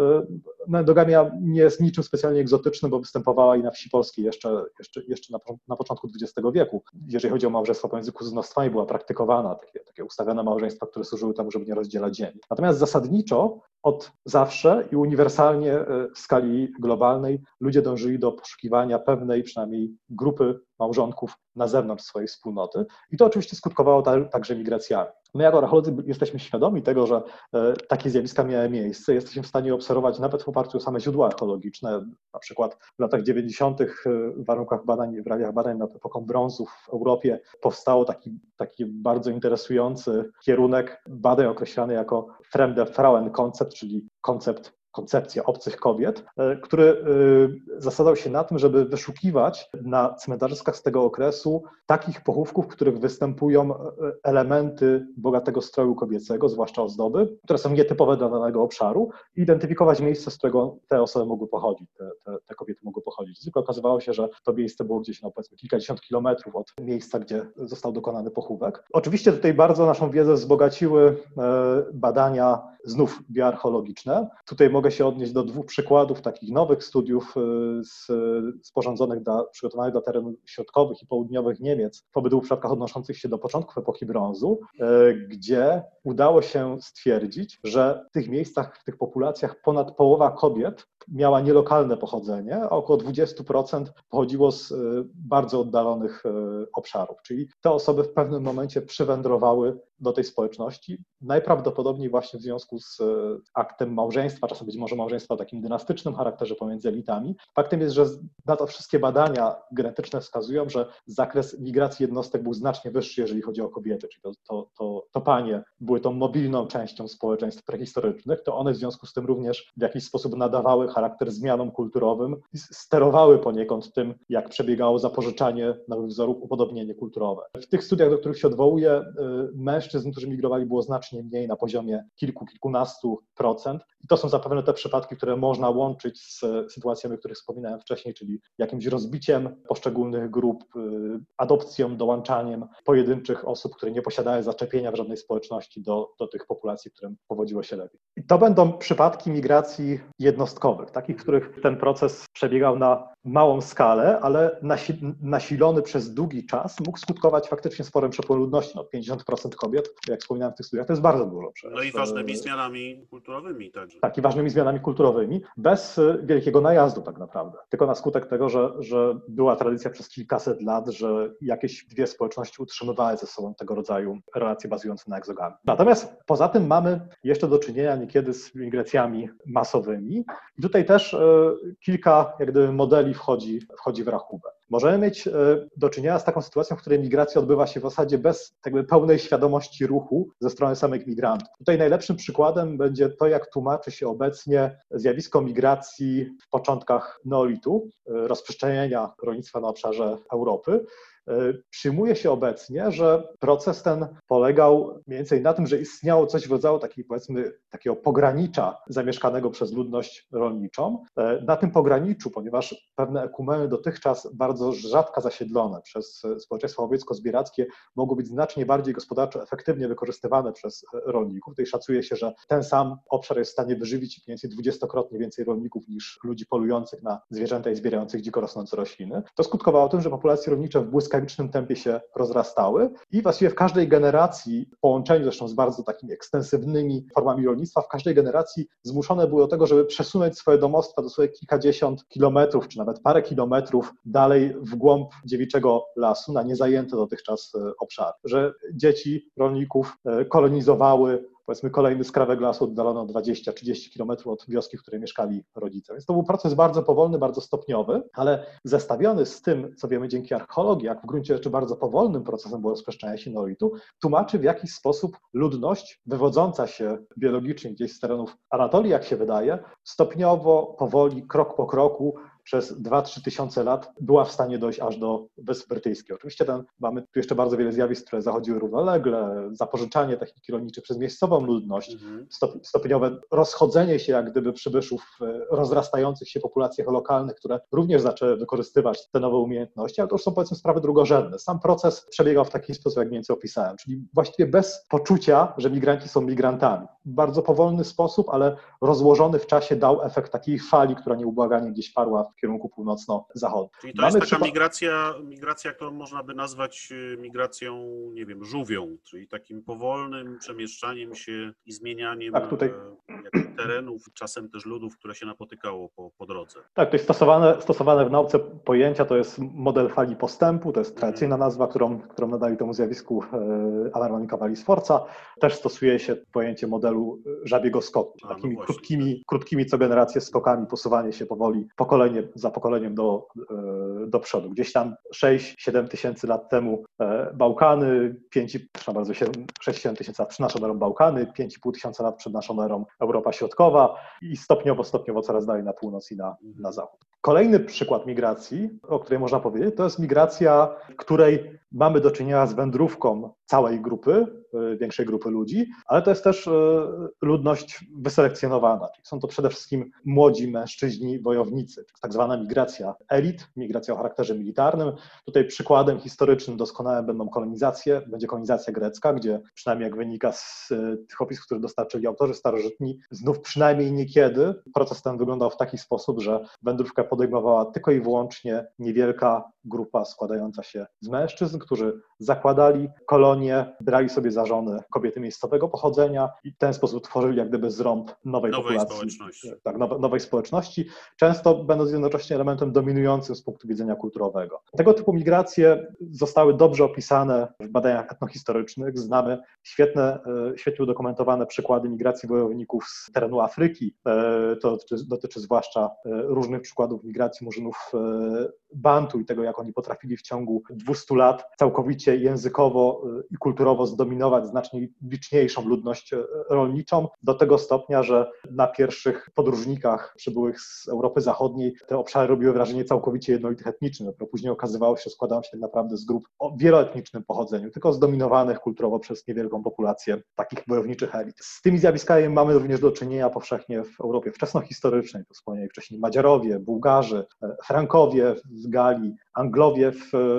endogamia nie jest niczym specjalnie egzotycznym, bo występowała i na wsi polskiej jeszcze na początku XX wieku. Jeżeli chodzi o małżeństwo pomiędzy kuzynostwami, była praktykowana takie ustawione małżeństwa, które służyły temu, żeby nie rozdzielać ziemi. Natomiast zasadniczo od zawsze i uniwersalnie w skali globalnej ludzie dążyli do poszukiwania pewnej przynajmniej grupy małżonków na zewnątrz swojej wspólnoty i to oczywiście skutkowało także migracjami. My jako archeolodzy jesteśmy świadomi tego, że takie zjawiska miały miejsce. Jesteśmy w stanie obserwować nawet w oparciu o same źródła archeologiczne. Na przykład w latach 90. w warunkach badań, w realiach badań nad epoką brązu w Europie powstał taki bardzo interesujący kierunek badań określany jako Fremde Frauen koncept, czyli koncepcja obcych kobiet, który zasadzał się na tym, żeby wyszukiwać na cmentarzystkach z tego okresu takich pochówków, w których występują elementy bogatego stroju kobiecego, zwłaszcza ozdoby, które są nietypowe dla danego obszaru i identyfikować miejsce, z którego te osoby mogły pochodzić, te kobiety mogły pochodzić. Zwykle okazywało się, że to miejsce było gdzieś powiedzmy kilkadziesiąt kilometrów od miejsca, gdzie został dokonany pochówek. Oczywiście tutaj bardzo naszą wiedzę wzbogaciły badania znów bioarcheologiczne. Tutaj mogę się odnieść do dwóch przykładów takich nowych studiów przygotowanych dla terenów środkowych i południowych Niemiec w obydwu przypadkach odnoszących się do początków epoki brązu, gdzie udało się stwierdzić, że w tych miejscach, w tych populacjach ponad połowa kobiet miała nielokalne pochodzenie, a około 20% pochodziło z bardzo oddalonych obszarów. Czyli te osoby w pewnym momencie przywędrowały do tej społeczności, najprawdopodobniej właśnie w związku z aktem małżeństwa, czasem być może małżeństwa o takim dynastycznym charakterze pomiędzy elitami. Faktem jest, że na to wszystkie badania genetyczne wskazują, że zakres migracji jednostek był znacznie wyższy, jeżeli chodzi o kobiety, czyli to panie były tą mobilną częścią społeczeństw prehistorycznych, to one w związku z tym również w jakiś sposób nadawały charakter zmianom kulturowym i sterowały poniekąd tym, jak przebiegało zapożyczanie nowych wzorów, upodobnienie kulturowe. W tych studiach, do których się odwołuję, mężczyzn, którzy migrowali, było znacznie mniej, na poziomie kilkunastu procent. I to są zapewne te przypadki, które można łączyć z sytuacjami, o których wspominałem wcześniej, czyli jakimś rozbiciem poszczególnych grup, adopcją, dołączaniem pojedynczych osób, które nie posiadały zaczepienia w żadnej społeczności do tych populacji, którym powodziło się lepiej. I to będą przypadki migracji jednostkowych, takich, w których ten proces przebiegał na małą skalę, ale nasilony przez długi czas mógł skutkować faktycznie sporym przepływem ludności. 50% kobiet, jak wspominałem w tych studiach, to jest bardzo dużo. No i ważnymi zmianami kulturowymi także. Tak, i ważnymi zmianami kulturowymi, bez wielkiego najazdu tak naprawdę. Tylko na skutek tego, że była tradycja przez kilkaset lat, że jakieś dwie społeczności utrzymywały ze sobą tego rodzaju relacje bazujące na egzogamii. Natomiast poza tym mamy jeszcze do czynienia niekiedy z migracjami masowymi i tutaj też kilka jak gdyby modeli wchodzi w rachubę. Możemy mieć do czynienia z taką sytuacją, w której migracja odbywa się w zasadzie bez jakby pełnej świadomości ruchu ze strony samych migrantów. Tutaj najlepszym przykładem będzie to, jak tłumaczy się obecnie zjawisko migracji w początkach neolitu, rozprzestrzenienia rolnictwa na obszarze Europy, Przyjmuje się obecnie, że proces ten polegał mniej więcej na tym, że istniało coś w rodzaju takiej, powiedzmy, takiego pogranicza zamieszkanego przez ludność rolniczą. Na tym pograniczu, ponieważ pewne ekumeny dotychczas bardzo rzadko zasiedlone przez społeczeństwa łowiecko-zbierackie mogły być znacznie bardziej gospodarczo efektywnie wykorzystywane przez rolników. Tutaj szacuje się, że ten sam obszar jest w stanie wyżywić mniej więcej 20-krotnie więcej rolników niż ludzi polujących na zwierzęta i zbierających dziko rosnące rośliny. To skutkowało tym, że populacje rolnicze w błyskawicznym tempie się rozrastały i właściwie w każdej generacji, w połączeniu zresztą z bardzo takimi ekstensywnymi formami rolnictwa, w każdej generacji zmuszone były do tego, żeby przesunąć swoje domostwa dosłownie kilkadziesiąt kilometrów, czy nawet parę kilometrów dalej w głąb dziewiczego lasu, na niezajęte dotychczas obszary. Że dzieci rolników kolonizowały, powiedzmy, kolejny skrawek lasu oddalono 20-30 kilometrów od wioski, w której mieszkali rodzice. Więc to był proces bardzo powolny, bardzo stopniowy, ale zestawiony z tym, co wiemy dzięki archeologii, jak w gruncie rzeczy bardzo powolnym procesem było rozprzestrzeniania się neolitu, tłumaczy, w jaki sposób ludność wywodząca się biologicznie gdzieś z terenów Anatolii, jak się wydaje, stopniowo, powoli, krok po kroku, przez 2-3 tysiące lat była w stanie dojść aż do Wysp Brytyjskich. Oczywiście mamy tu jeszcze bardzo wiele zjawisk, które zachodziły równolegle, zapożyczanie techniki rolniczej przez miejscową ludność, stopniowe rozchodzenie się jak gdyby przybyszów w rozrastających się populacjach lokalnych, które również zaczęły wykorzystywać te nowe umiejętności, ale to już są, powiedzmy, sprawy drugorzędne. Sam proces przebiegał w taki sposób, jak mniej więcej opisałem, czyli właściwie bez poczucia, że migranci są migrantami. W bardzo powolny sposób, ale rozłożony w czasie dał efekt takiej fali, która nieubłaganie gdzieś parła w kierunku północno-zachodnim. Czyli to jest taka migracja, którą można by nazwać migracją, nie wiem, żółwią, czyli takim powolnym przemieszczaniem się i zmienianiem terenów, czasem też ludów, które się napotykało po drodze. Tak, to jest stosowane w nauce pojęcia, to jest model fali postępu, to jest tradycyjna nazwa, którą nadali temu zjawisku Alarman i Cavalli-Sforza. Też stosuje się pojęcie modelu żabiego skoku, takimi krótkimi co generację skokami, posuwanie się powoli, pokolenie za pokoleniem do przodu. Gdzieś tam 6-7 tysięcy lat temu Bałkany, 6-7 tysięcy lat przed naszą erą Bałkany, 5,5 tysiąca lat przed naszą erą Europa Środkowa i stopniowo coraz dalej na północ i na zachód. Kolejny przykład migracji, o której można powiedzieć, to jest migracja, w której mamy do czynienia z wędrówką całej grupy, większej grupy ludzi, ale to jest też ludność wyselekcjonowana, czyli są to przede wszystkim młodzi mężczyźni wojownicy, tak zwana migracja elit, migracja o charakterze militarnym. Tutaj przykładem historycznym doskonałym będzie kolonizacja grecka, gdzie przynajmniej jak wynika z tych opisów, które dostarczyli autorzy starożytni, znów przynajmniej niekiedy proces ten wyglądał w taki sposób, że wędrówkę podejmowała tylko i wyłącznie niewielka grupa składająca się z mężczyzn, którzy zakładali kolonie, brali sobie za żony kobiety miejscowego pochodzenia i w ten sposób tworzyli jak gdyby zrąb nowej populacji. Społeczności. Tak, nowej społeczności, często będąc jednocześnie elementem dominującym z punktu widzenia kulturowego. Tego typu migracje zostały dobrze opisane w badaniach etnohistorycznych. Znamy świetnie udokumentowane przykłady migracji wojowników z terenu Afryki. To dotyczy zwłaszcza różnych przykładów migracji murzynów Bantu i tego, jak oni potrafili w ciągu 200 lat całkowicie językowo i kulturowo zdominować znacznie liczniejszą ludność rolniczą, do tego stopnia, że na pierwszych podróżnikach przybyłych z Europy Zachodniej te obszary robiły wrażenie całkowicie jednolitych etnicznych. Dopiero później okazywało się, że składają się tak naprawdę z grup o wieloetnicznym pochodzeniu, tylko zdominowanych kulturowo przez niewielką populację takich wojowniczych elit. Z tymi zjawiskami mamy również do czynienia powszechnie w Europie wczesnohistorycznej, to wspomnieli wcześniej Madziarowie, Bułgarzy, Frankowie w Galii, Anglowie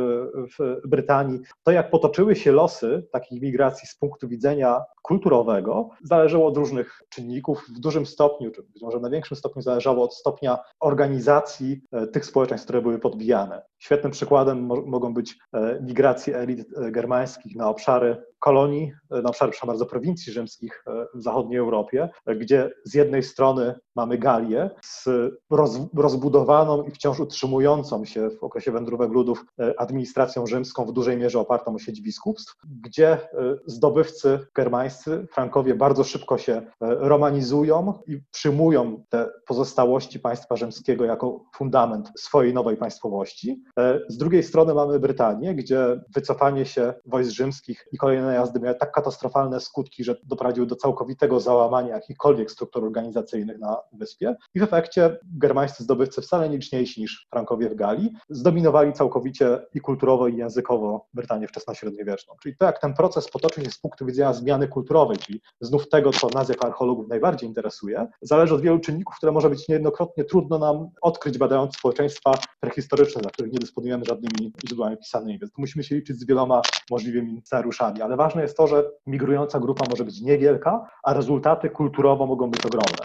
w Brytanii. To, jak potoczyły się losy takich migracji z punktu widzenia kulturowego, zależało od różnych czynników. W dużym stopniu, czy być może w największym stopniu zależało od stopnia organizacji tych społeczeństw, które były podbijane. Świetnym przykładem mogą być migracje elit germańskich na obszary kolonii, na obszary, prowincji rzymskich w zachodniej Europie, gdzie z jednej strony mamy Galię z rozbudowaną i wciąż utrzymującą się w okresie wędrówek ludów administracją rzymską, w dużej mierze opartą o sieć biskupstw, gdzie zdobywcy germańscy, Frankowie, bardzo szybko się romanizują i przyjmują te pozostałości państwa rzymskiego jako fundament swojej nowej państwowości. Z drugiej strony mamy Brytanię, gdzie wycofanie się wojsk rzymskich i kolejne najazdy miały tak katastrofalne skutki, że doprowadziły do całkowitego załamania jakichkolwiek struktur organizacyjnych na wyspie i w efekcie germańscy zdobywcy, wcale nie liczniejsi niż Frankowie w Galii, zdominowali zdominowali całkowicie i kulturowo, i językowo Brytanię wczesnośredniowieczną. Czyli to, jak ten proces potoczył się z punktu widzenia zmiany kulturowej, czyli znów tego, co nas jako archeologów najbardziej interesuje, zależy od wielu czynników, które może być niejednokrotnie trudno nam odkryć, badając społeczeństwa prehistoryczne, dla których nie dysponujemy żadnymi źródłami pisanymi, więc tu musimy się liczyć z wieloma możliwymi scenariuszami, ale ważne jest to, że migrująca grupa może być niewielka, a rezultaty kulturowo mogą być ogromne.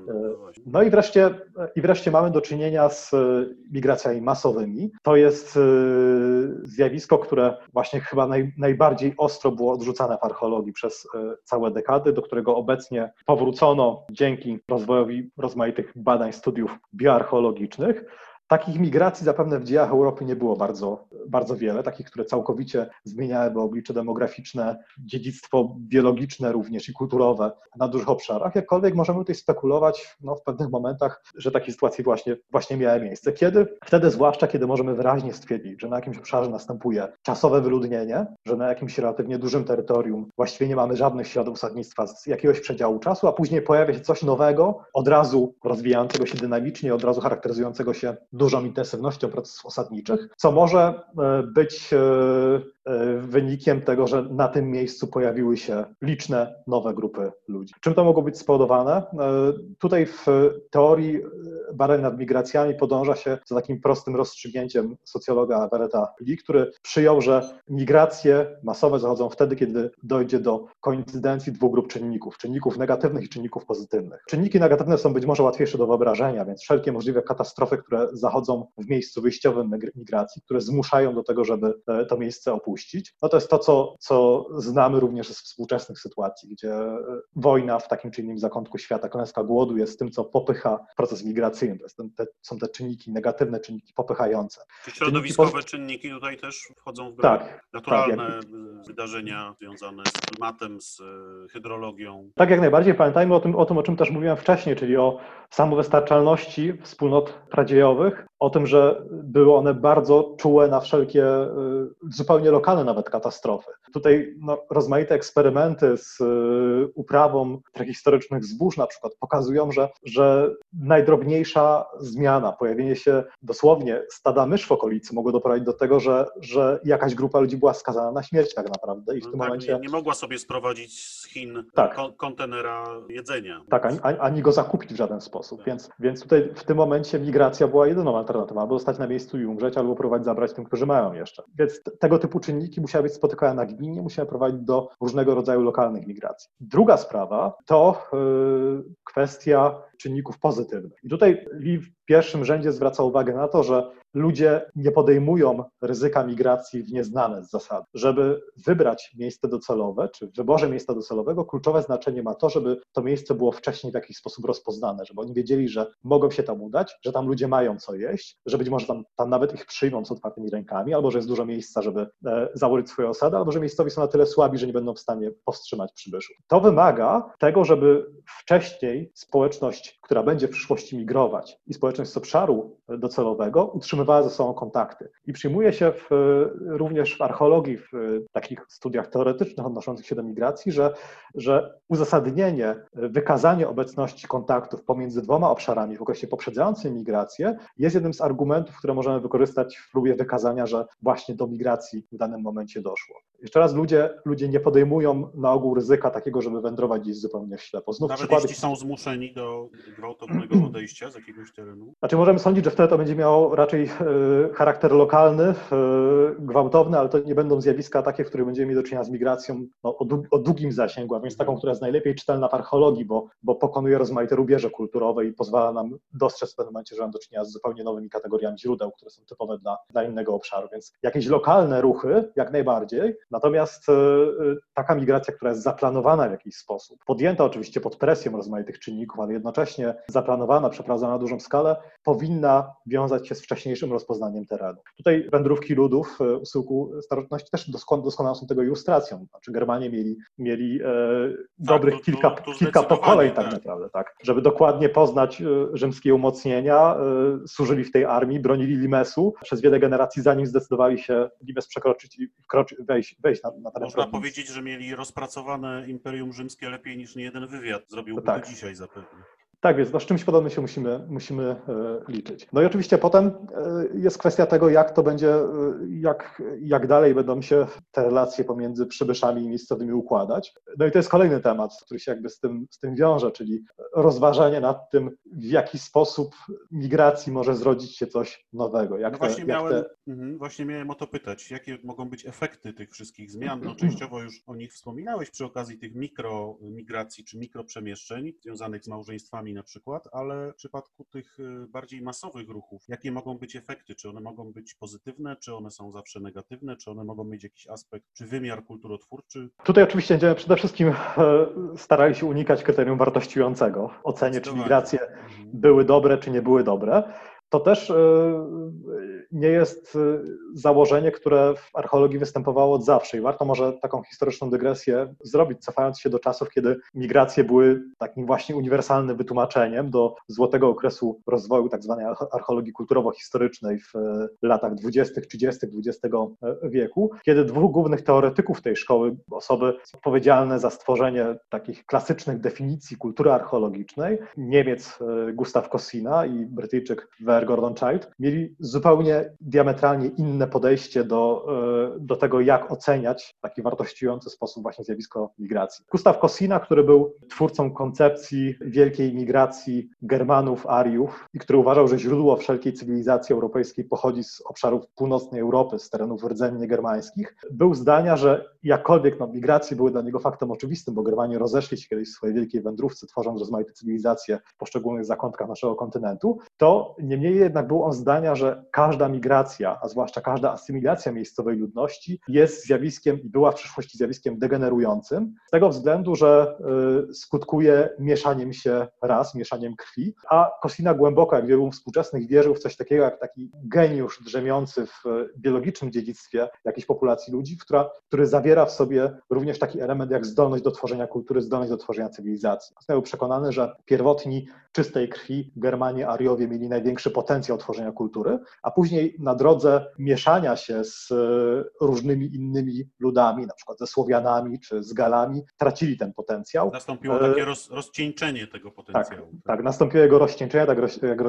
No i wreszcie mamy do czynienia z migracjami masowymi. To jest zjawisko, które właśnie chyba najbardziej ostro było odrzucane w archeologii przez całe dekady, do którego obecnie powrócono dzięki rozwojowi rozmaitych badań, studiów bioarcheologicznych. Takich migracji zapewne w dziejach Europy nie było bardzo wiele, takich, które całkowicie zmieniałyby oblicze demograficzne, dziedzictwo biologiczne również i kulturowe na dużych obszarach. Jakkolwiek możemy tutaj spekulować w pewnych momentach, że takie sytuacje właśnie miały miejsce. Kiedy? Wtedy zwłaszcza, kiedy możemy wyraźnie stwierdzić, że na jakimś obszarze następuje czasowe wyludnienie, że na jakimś relatywnie dużym terytorium właściwie nie mamy żadnych śladów osadnictwa z jakiegoś przedziału czasu, a później pojawia się coś nowego, od razu rozwijającego się dynamicznie, od razu charakteryzującego się dużą intensywnością procesów osadniczych, co może być wynikiem tego, że na tym miejscu pojawiły się liczne nowe grupy ludzi. Czym to mogło być spowodowane? Tutaj w teorii badań nad migracjami podąża się za takim prostym rozstrzygnięciem socjologa Everetta Lee, który przyjął, że migracje masowe zachodzą wtedy, kiedy dojdzie do koincydencji dwóch grup czynników negatywnych i czynników pozytywnych. Czynniki negatywne są być może łatwiejsze do wyobrażenia, więc wszelkie możliwe katastrofy, które zachodzą w miejscu wyjściowym migracji, które zmuszają do tego, żeby to miejsce opuścić, to jest to, co znamy również z współczesnych sytuacji, gdzie wojna w takim czy innym zakątku świata, klęska głodu jest tym, co popycha proces migracyjny. Są te czynniki, negatywne czynniki popychające. Czy środowiskowe czynniki tutaj też wchodzą w grę? Tak. Naturalne wydarzenia związane z klimatem, z hydrologią. Tak, jak najbardziej. Pamiętajmy o tym, o czym też mówiłem wcześniej, czyli o samowystarczalności wspólnot pradziejowych, o tym, że były one bardzo czułe na wszelkie, zupełnie lokalne nawet katastrofy. Tutaj rozmaite eksperymenty z uprawą prehistorycznych zbóż na przykład pokazują, że najdrobniejsza zmiana, pojawienie się dosłownie stada mysz w okolicy mogło doprowadzić do tego, że jakaś grupa ludzi była skazana na śmierć tak naprawdę. I w tym momencie nie mogła sobie sprowadzić z Chin kontenera jedzenia. Tak, ani go zakupić w żaden sposób. Więc tutaj w tym momencie migracja była jedyną alternatywą, albo zostać na miejscu i umrzeć, albo próbować zabrać tym, którzy mają jeszcze. Więc tego typu czynniki musiały być spotykane nagminnie, musiały prowadzić do różnego rodzaju lokalnych migracji. Druga sprawa to kwestia czynników pozytywnych. I tutaj Lee w pierwszym rzędzie zwraca uwagę na to, że ludzie nie podejmują ryzyka migracji w nieznane z zasady. Żeby wybrać miejsce docelowe, czy w wyborze miejsca docelowego kluczowe znaczenie ma to, żeby to miejsce było wcześniej w jakiś sposób rozpoznane, żeby oni wiedzieli, że mogą się tam udać, że tam ludzie mają co jeść, że być może tam nawet ich przyjmą z otwartymi rękami, albo że jest dużo miejsca, żeby założyć swoje osady, albo że miejscowi są na tyle słabi, że nie będą w stanie powstrzymać przybyszów. To wymaga tego, żeby wcześniej społeczność, która będzie w przyszłości migrować i społeczność z obszaru docelowego utrzymywała ze sobą kontakty. I przyjmuje się również w archeologii, w takich studiach teoretycznych odnoszących się do migracji, że uzasadnienie, wykazanie obecności kontaktów pomiędzy dwoma obszarami w okresie poprzedzającym migrację jest jednym z argumentów, które możemy wykorzystać w próbie wykazania, że właśnie do migracji w danym momencie doszło. Jeszcze raz, ludzie nie podejmują na ogół ryzyka takiego, żeby wędrować gdzieś zupełnie w ślepo. Nawet jeśli są zmuszeni do gwałtownego odejścia z jakiegoś terenu? Znaczy możemy sądzić, że wtedy to będzie miało raczej charakter lokalny, gwałtowny, ale to nie będą zjawiska takie, w których będziemy mieli do czynienia z migracją o długim zasięgu, a więc taką, która jest najlepiej czytelna w archeologii, bo pokonuje rozmaite rubieże kulturowe i pozwala nam dostrzec w pewnym momencie, że mamy do czynienia z zupełnie nowymi kategoriami źródeł, które są typowe dla innego obszaru. Więc jakieś lokalne ruchy jak najbardziej, natomiast taka migracja, która jest zaplanowana w jakiś sposób, podjęta oczywiście pod presją rozmaitych czynników, ale jednocześnie zaplanowana, przeprowadzona na dużą skalę, powinna wiązać się z wcześniejszym rozpoznaniem terenu. Tutaj wędrówki ludów u schyłku starożytności też doskonałą są tego ilustracją. Znaczy Germanie mieli dobrych kilka pokoleń tak naprawdę, tak, żeby dokładnie poznać rzymskie umocnienia, służyli w tej armii, bronili Limesu przez wiele generacji, zanim zdecydowali się Limes przekroczyć i wejść na teren. Można powiedzieć, że mieli rozpracowane Imperium Rzymskie lepiej niż niejeden wywiad zrobiłby to dzisiaj zapewne. Tak jest, no z czymś podobnym się musimy liczyć. No i oczywiście potem jest kwestia tego, jak to będzie, jak dalej będą się te relacje pomiędzy przybyszami i miejscowymi układać. No i to jest kolejny temat, który się jakby z tym wiąże, czyli rozważanie nad tym, w jaki sposób migracji może zrodzić się coś nowego. Właśnie miałem o to pytać, jakie mogą być efekty tych wszystkich zmian. No, częściowo już o nich wspominałeś przy okazji tych mikromigracji czy mikroprzemieszczeń związanych z małżeństwami na przykład, ale w przypadku tych bardziej masowych ruchów, jakie mogą być efekty? Czy one mogą być pozytywne, czy one są zawsze negatywne, czy one mogą mieć jakiś aspekt, czy wymiar kulturotwórczy? Tutaj oczywiście będziemy przede wszystkim starali się unikać kryterium wartościującego, ocenie, czy migracje były dobre, czy nie były dobre. To też nie jest założenie, które w archeologii występowało od zawsze i warto może taką historyczną dygresję zrobić, cofając się do czasów, kiedy migracje były takim właśnie uniwersalnym wytłumaczeniem do złotego okresu rozwoju tak zwanej archeologii kulturowo-historycznej w latach 20., 30. XX wieku, kiedy dwóch głównych teoretyków tej szkoły, osoby odpowiedzialne za stworzenie takich klasycznych definicji kultury archeologicznej, Niemiec Gustav Kosina i Brytyjczyk Gordon Childe, mieli zupełnie diametralnie inne podejście do tego, jak oceniać w taki wartościujący sposób właśnie zjawisko migracji. Gustav Kosina, który był twórcą koncepcji wielkiej migracji Germanów, Ariów i który uważał, że źródło wszelkiej cywilizacji europejskiej pochodzi z obszarów północnej Europy, z terenów rdzennie germańskich, był zdania, że jakkolwiek migracje były dla niego faktem oczywistym, bo Germanie rozeszli się kiedyś w swojej wielkiej wędrówce, tworząc rozmaite cywilizacje w poszczególnych zakątkach naszego kontynentu, to niemniej jednak był on zdania, że każda migracja, a zwłaszcza każda asymilacja miejscowej ludności jest zjawiskiem i była w przyszłości zjawiskiem degenerującym, z tego względu, że skutkuje mieszaniem się ras, mieszaniem krwi, a Kosina głęboko, jak wielu współczesnych, wierzył w coś takiego jak taki geniusz drzemiący w biologicznym dziedzictwie jakiejś populacji ludzi, który zawiera w sobie również taki element jak zdolność do tworzenia kultury, zdolność do tworzenia cywilizacji. Był przekonany, że pierwotni czystej krwi Germanie, Ariowie mieli największy potencjał tworzenia kultury, a później na drodze mieszania się z różnymi innymi ludami, na przykład ze Słowianami czy z Galami, tracili ten potencjał. Nastąpiło takie rozcieńczenie tego potencjału. Tak, nastąpiło jego rozcieńczenie, tak jak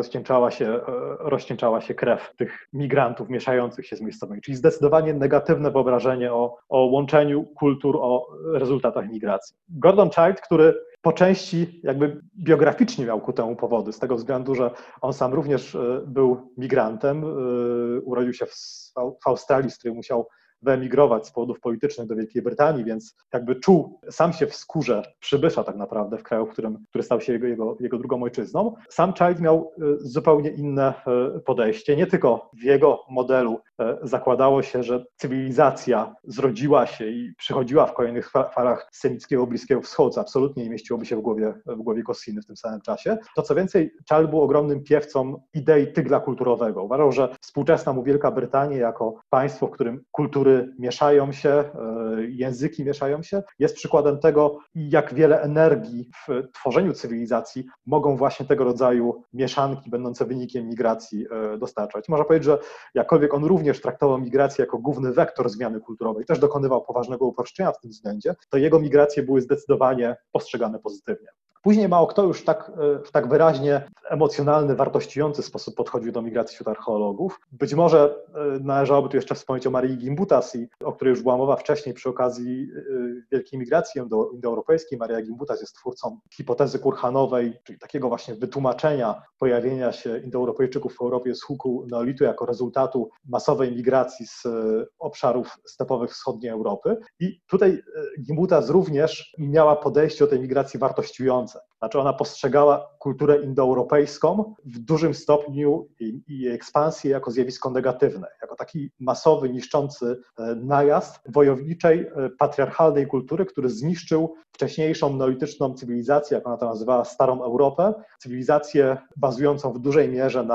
rozcieńczała się krew tych migrantów mieszających się z miejscowymi, czyli zdecydowanie negatywne wyobrażenie o łączeniu kultur, o rezultatach migracji. Gordon Childe, który po części jakby biograficznie miał ku temu powody, z tego względu, że on sam również był migrantem, urodził się w Australii, z której musiał wyemigrować z powodów politycznych do Wielkiej Brytanii, więc jakby czuł sam się w skórze przybysza tak naprawdę w kraju, który stał się jego drugą ojczyzną. Sam Childe miał zupełnie inne podejście. Nie tylko w jego modelu zakładało się, że cywilizacja zrodziła się i przychodziła w kolejnych falach z semickiego Bliskiego Wschodu, co absolutnie nie mieściłoby się w głowie Kosiny w tym samym czasie. To co więcej, Childe był ogromnym piewcą idei tygla kulturowego. Uważał, że współczesna mu Wielka Brytania jako państwo, w którym kultury mieszają się, języki mieszają się, jest przykładem tego, jak wiele energii w tworzeniu cywilizacji mogą właśnie tego rodzaju mieszanki będące wynikiem migracji dostarczać. Można powiedzieć, że jakkolwiek on również traktował migrację jako główny wektor zmiany kulturowej, też dokonywał poważnego uproszczenia w tym względzie, to jego migracje były zdecydowanie postrzegane pozytywnie. Później mało kto już w tak wyraźnie emocjonalny, wartościujący sposób podchodził do migracji wśród archeologów. Być może należałoby tu jeszcze wspomnieć o Marii Gimbutas, o której już była mowa wcześniej przy okazji wielkiej migracji indoeuropejskiej. Maria Gimbutas jest twórcą hipotezy kurhanowej, czyli takiego właśnie wytłumaczenia pojawienia się Indoeuropejczyków w Europie z huku neolitu jako rezultatu masowej migracji z obszarów stepowych wschodniej Europy. I tutaj Gimbutas również miała podejście do tej migracji wartościujące. Znaczy ona postrzegała kulturę indoeuropejską w dużym stopniu i jej ekspansję jako zjawisko negatywne, jako taki masowy, niszczący najazd wojowniczej, patriarchalnej kultury, który zniszczył wcześniejszą neolityczną cywilizację, jak ona to nazywała, Starą Europę, cywilizację bazującą w dużej mierze na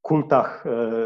kultach,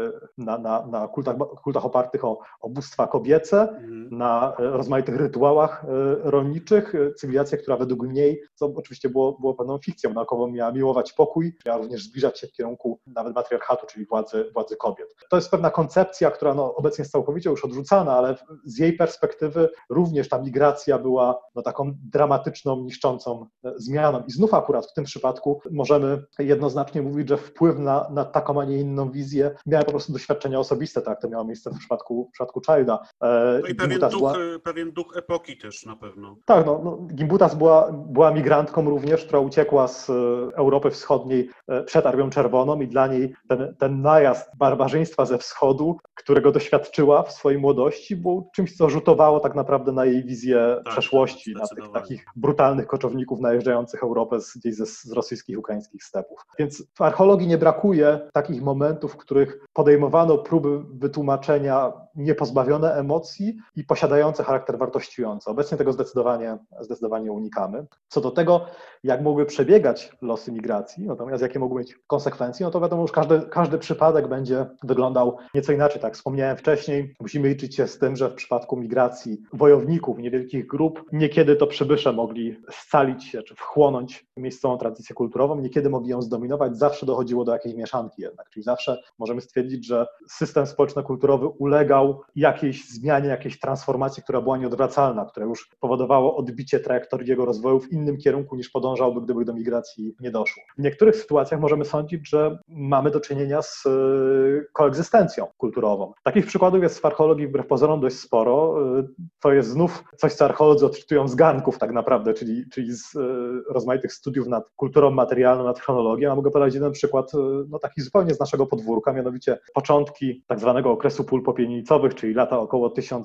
na kultach opartych o bóstwa kobiece, na rozmaitych rytuałach rolniczych. Cywilizacja, która według niej, co oczywiście było pewną fikcją naukową, miała miłować pokój, miała również zbliżać się w kierunku nawet matriarchatu, czyli władzy kobiet. To jest pewna koncepcja, która obecnie jest całkowicie już odrzucana, ale z jej perspektywy również ta migracja była taką dramatyczną, niszczącą zmianą. I znów akurat w tym przypadku możemy jednoznacznie mówić, że wpływ na taką, a nie inną wizję miały po prostu doświadczenia osobiste, tak jak to miało miejsce w przypadku Childa. No i pewien duch epoki też na pewno. Tak, Gimbutas była migrantką również, która uciekła z Europy Wschodniej przed Armią Czerwoną i dla niej ten najazd barbarzyństwa ze wschodu, którego doświadczyła w swojej młodości, był czymś, co rzutowało tak naprawdę na jej wizję przeszłości, na tych takich brutalnych koczowników najeżdżających Europę gdzieś z rosyjskich, ukraińskich stepów. Więc w archeologii nie brakuje takich momentów, w których podejmowano próby wytłumaczenia niepozbawione emocji i posiadające charakter wartościujący. Obecnie tego zdecydowanie unikamy. Co do tego, jak mogły przebiegać losy migracji, natomiast jakie mogły mieć konsekwencje, to wiadomo, już każdy przypadek będzie wyglądał nieco inaczej. Tak jak wspomniałem wcześniej, musimy liczyć się z tym, że w przypadku migracji wojowników, niewielkich grup, niekiedy to przybysze mogli scalić się czy wchłonąć miejscową tradycję kulturową, niekiedy mogli ją zdominować, zawsze dochodziło do jakiejś mieszanki jednak, czyli zawsze możemy stwierdzić, że system społeczno-kulturowy ulegał jakiejś zmianie, jakiejś transformacji, która była nieodwracalna, która już powodowało odbicie trajektorii jego rozwoju w innym kierunku niż podążałby, gdyby do migracji nie doszło. W niektórych sytuacjach możemy sądzić, że mamy do czynienia z koegzystencją kulturową. Takich przykładów jest w archeologii wbrew pozorom dość sporo. To jest znów coś, co archeolodzy odczytują z garnków tak naprawdę, czyli z rozmaitych studiów nad kulturą materialną, nad chronologią. A mogę podać jeden przykład, taki zupełnie z naszego podwórka, mianowicie początki tak zwanego okresu pól popielnicowych, czyli lata około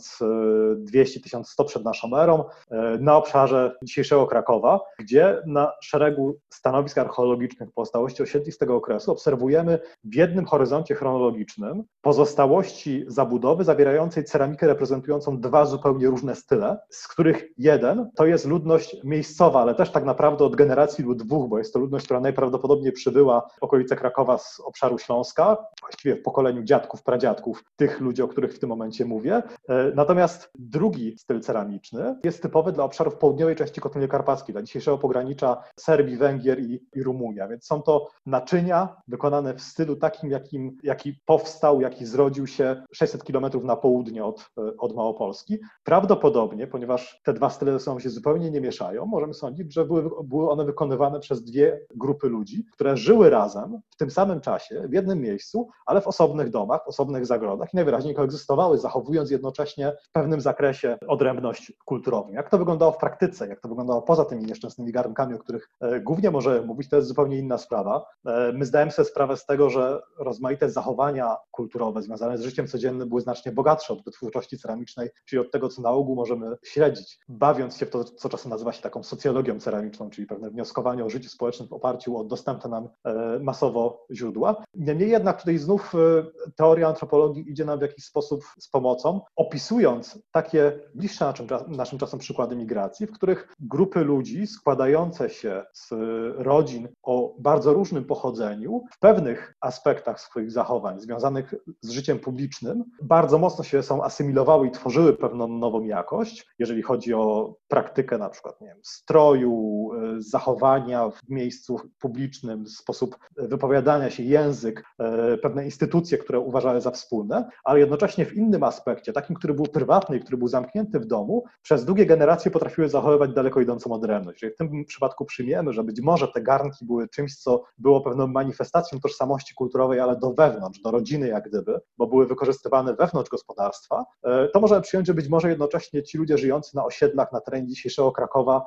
1200-1100 przed naszą erą, na obszarze dzisiejszego Krakowa, gdzie na szeregu stanowisk archeologicznych pozostałości osiedli z tego okresu obserwujemy w jednym horyzoncie chronologicznym pozostałości zabudowy zawierającej ceramikę reprezentującą dwa zupełnie różne style, z których jeden to jest ludność miejscowa, ale też tak naprawdę od generacji lub dwóch, bo jest to ludność, która najprawdopodobniej przybyła w okolice Krakowa z obszaru Śląska, właściwie w pokoleniu dziadków, pradziadków, tych ludzi, o których w tym momencie mówię. Natomiast drugi styl ceramiczny jest typowy dla obszarów południowej części Kotliny Karpackiej, dla dzisiejszego pogranicza Serbii, Węgier i Rumunii. Więc są to naczynia wykonane w stylu takim, jaki powstał, jaki zrodził się 600 kilometrów na południe od Małopolski. Prawdopodobnie, ponieważ te dwa style ze sobą się zupełnie nie mieszają, możemy sądzić, że były one wykonywane przez dwie grupy ludzi, które żyły razem w tym samym czasie, w jednym miejscu, ale w osobnych domach, w osobnych zagrodach i najwyraźniej koegzystowały, zachowując jednocześnie w pewnym zakresie odrębność kulturową. Jak to wyglądało w praktyce, jak to wyglądało poza tymi nieszczęsnymi garunkami, o których głównie możemy mówić, to jest zupełnie inna sprawa. My zdajemy sobie sprawę z tego, że rozmaite zachowania kulturowe związane z życiem codziennym były znacznie bogatsze od wytwórczości ceramicznej, czyli od tego, co na ogół możemy śledzić, bawiąc się w to, co czasem nazywa się taką socjologią ceramiczną, czyli pewne wnioskowanie o życiu społecznym w oparciu o dostępne nam masowo źródła. Niemniej jednak tutaj znów teoria antropologii idzie nam w jakiś sposób z pomocą, opisując takie bliższe naszym czasem przykłady migracji, w których grupy ludzi składające się z rodzin o bardzo różnym pochodzeniu w pewnych aspektach swoich zachowań związanych z życiem publicznym bardzo mocno się są asymilowały i tworzyły pewną nową jakość, jeżeli chodzi o praktykę na przykład, nie wiem, stroju, zachowania w miejscu publicznym, sposób wypowiadania się, język, pewne instytucje, które uważały za wspólne, ale jednocześnie w innym aspekcie, takim, który był prywatny i który był zamknięty w domu, przez długie generacje potrafiły zachowywać daleko idącą odrębność. Czyli w tym przypadku przyjmiemy, że być może te garnki były czymś, co było pewną manifestacją tożsamości kulturowej, ale do wewnątrz, do rodziny jak gdyby, bo były wykorzystywane wewnątrz gospodarstwa, to możemy przyjąć, że być może jednocześnie ci ludzie żyjący na osiedlach na terenie dzisiejszego Krakowa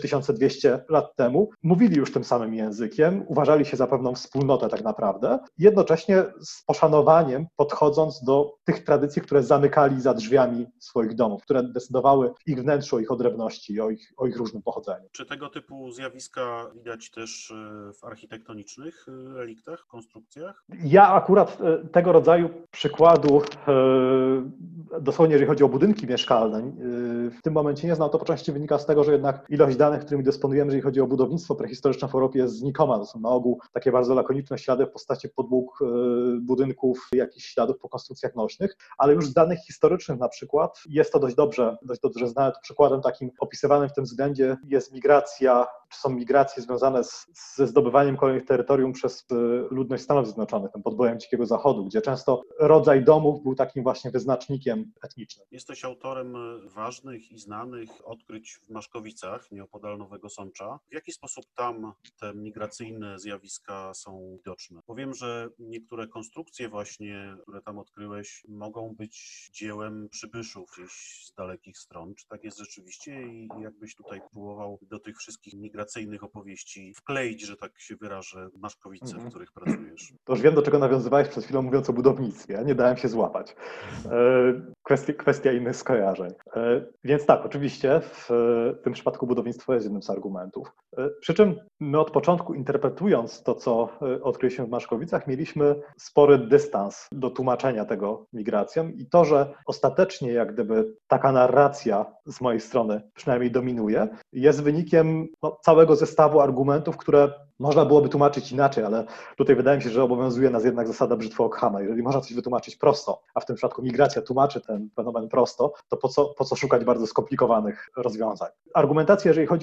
3200 lat temu mówili już tym samym językiem, uważali się za pewną wspólnotę tak naprawdę, jednocześnie z poszanowaniem podchodząc do tych tradycji, które zamykali za drzwiami swoich domów, które decydowały w ich wnętrzu o ich odrębności i o ich różnym pochodzeniu. Czy tego typu zjawiska widać też w architektonicznych reliktach, konstrukcjach? Ja akurat tego rodzaju przykładu dosłownie jeżeli chodzi o budynki mieszkalne, w tym momencie nie znam, to po części wynika z tego, że jednak ilość danych, którymi dysponujemy, jeżeli chodzi o budownictwo prehistoryczne w Europie, jest znikoma. To są na ogół takie bardzo lakoniczne ślady w postaci podłóg budynków, jakichś śladów po konstrukcjach nośnych, ale już z danych historycznych na przykład jest to dość dobrze znane. To przykładem takim opisywanym w tym względzie jest migracja, czy są migracje związane ze zdobywaniem kolejnych terytorium przez ludność Stanów Zjednoczonych, tym podbojem Dzikiego Zachodu, gdzie często rodzaj domów był takim właśnie wyznacznikiem etnicznym. Jesteś autorem ważnych i znanych odkryć w Maszkowicach, nieopodal Nowego Sącza. W jaki sposób tam te migracyjne zjawiska są widoczne? Powiem, że niektóre konstrukcje właśnie, które tam odkryłeś, mogą być dziełem przybyszów gdzieś z dalekich stron. Czy tak jest rzeczywiście i jakbyś tutaj próbował do tych wszystkich migracyjnych opowieści wkleić, że tak się wyrażę, Maszkowice, w których pracujesz? To już wiem, do czego nawiązywałeś przed chwilą, mówiąc o budownictwie. Ja nie dałem się złapać. Kwestia innych skojarzeń. Więc tak, oczywiście w tym przypadku budownictwo jest jednym z argumentów. Przy czym my od początku, interpretując to, co odkryliśmy w Maszkowicach, mieliśmy spory dystans do tłumaczenia tego migracjom i to, że ostatecznie jak gdyby taka narracja z mojej strony przynajmniej dominuje, jest wynikiem całego zestawu argumentów, które można byłoby tłumaczyć inaczej, ale tutaj wydaje mi się, że obowiązuje nas jednak zasada Brzytwy Ockhama. Jeżeli można coś wytłumaczyć prosto, a w tym przypadku migracja tłumaczy ten fenomen prosto, to po co szukać bardzo skomplikowanych rozwiązań? Argumentacja, jeżeli chodzi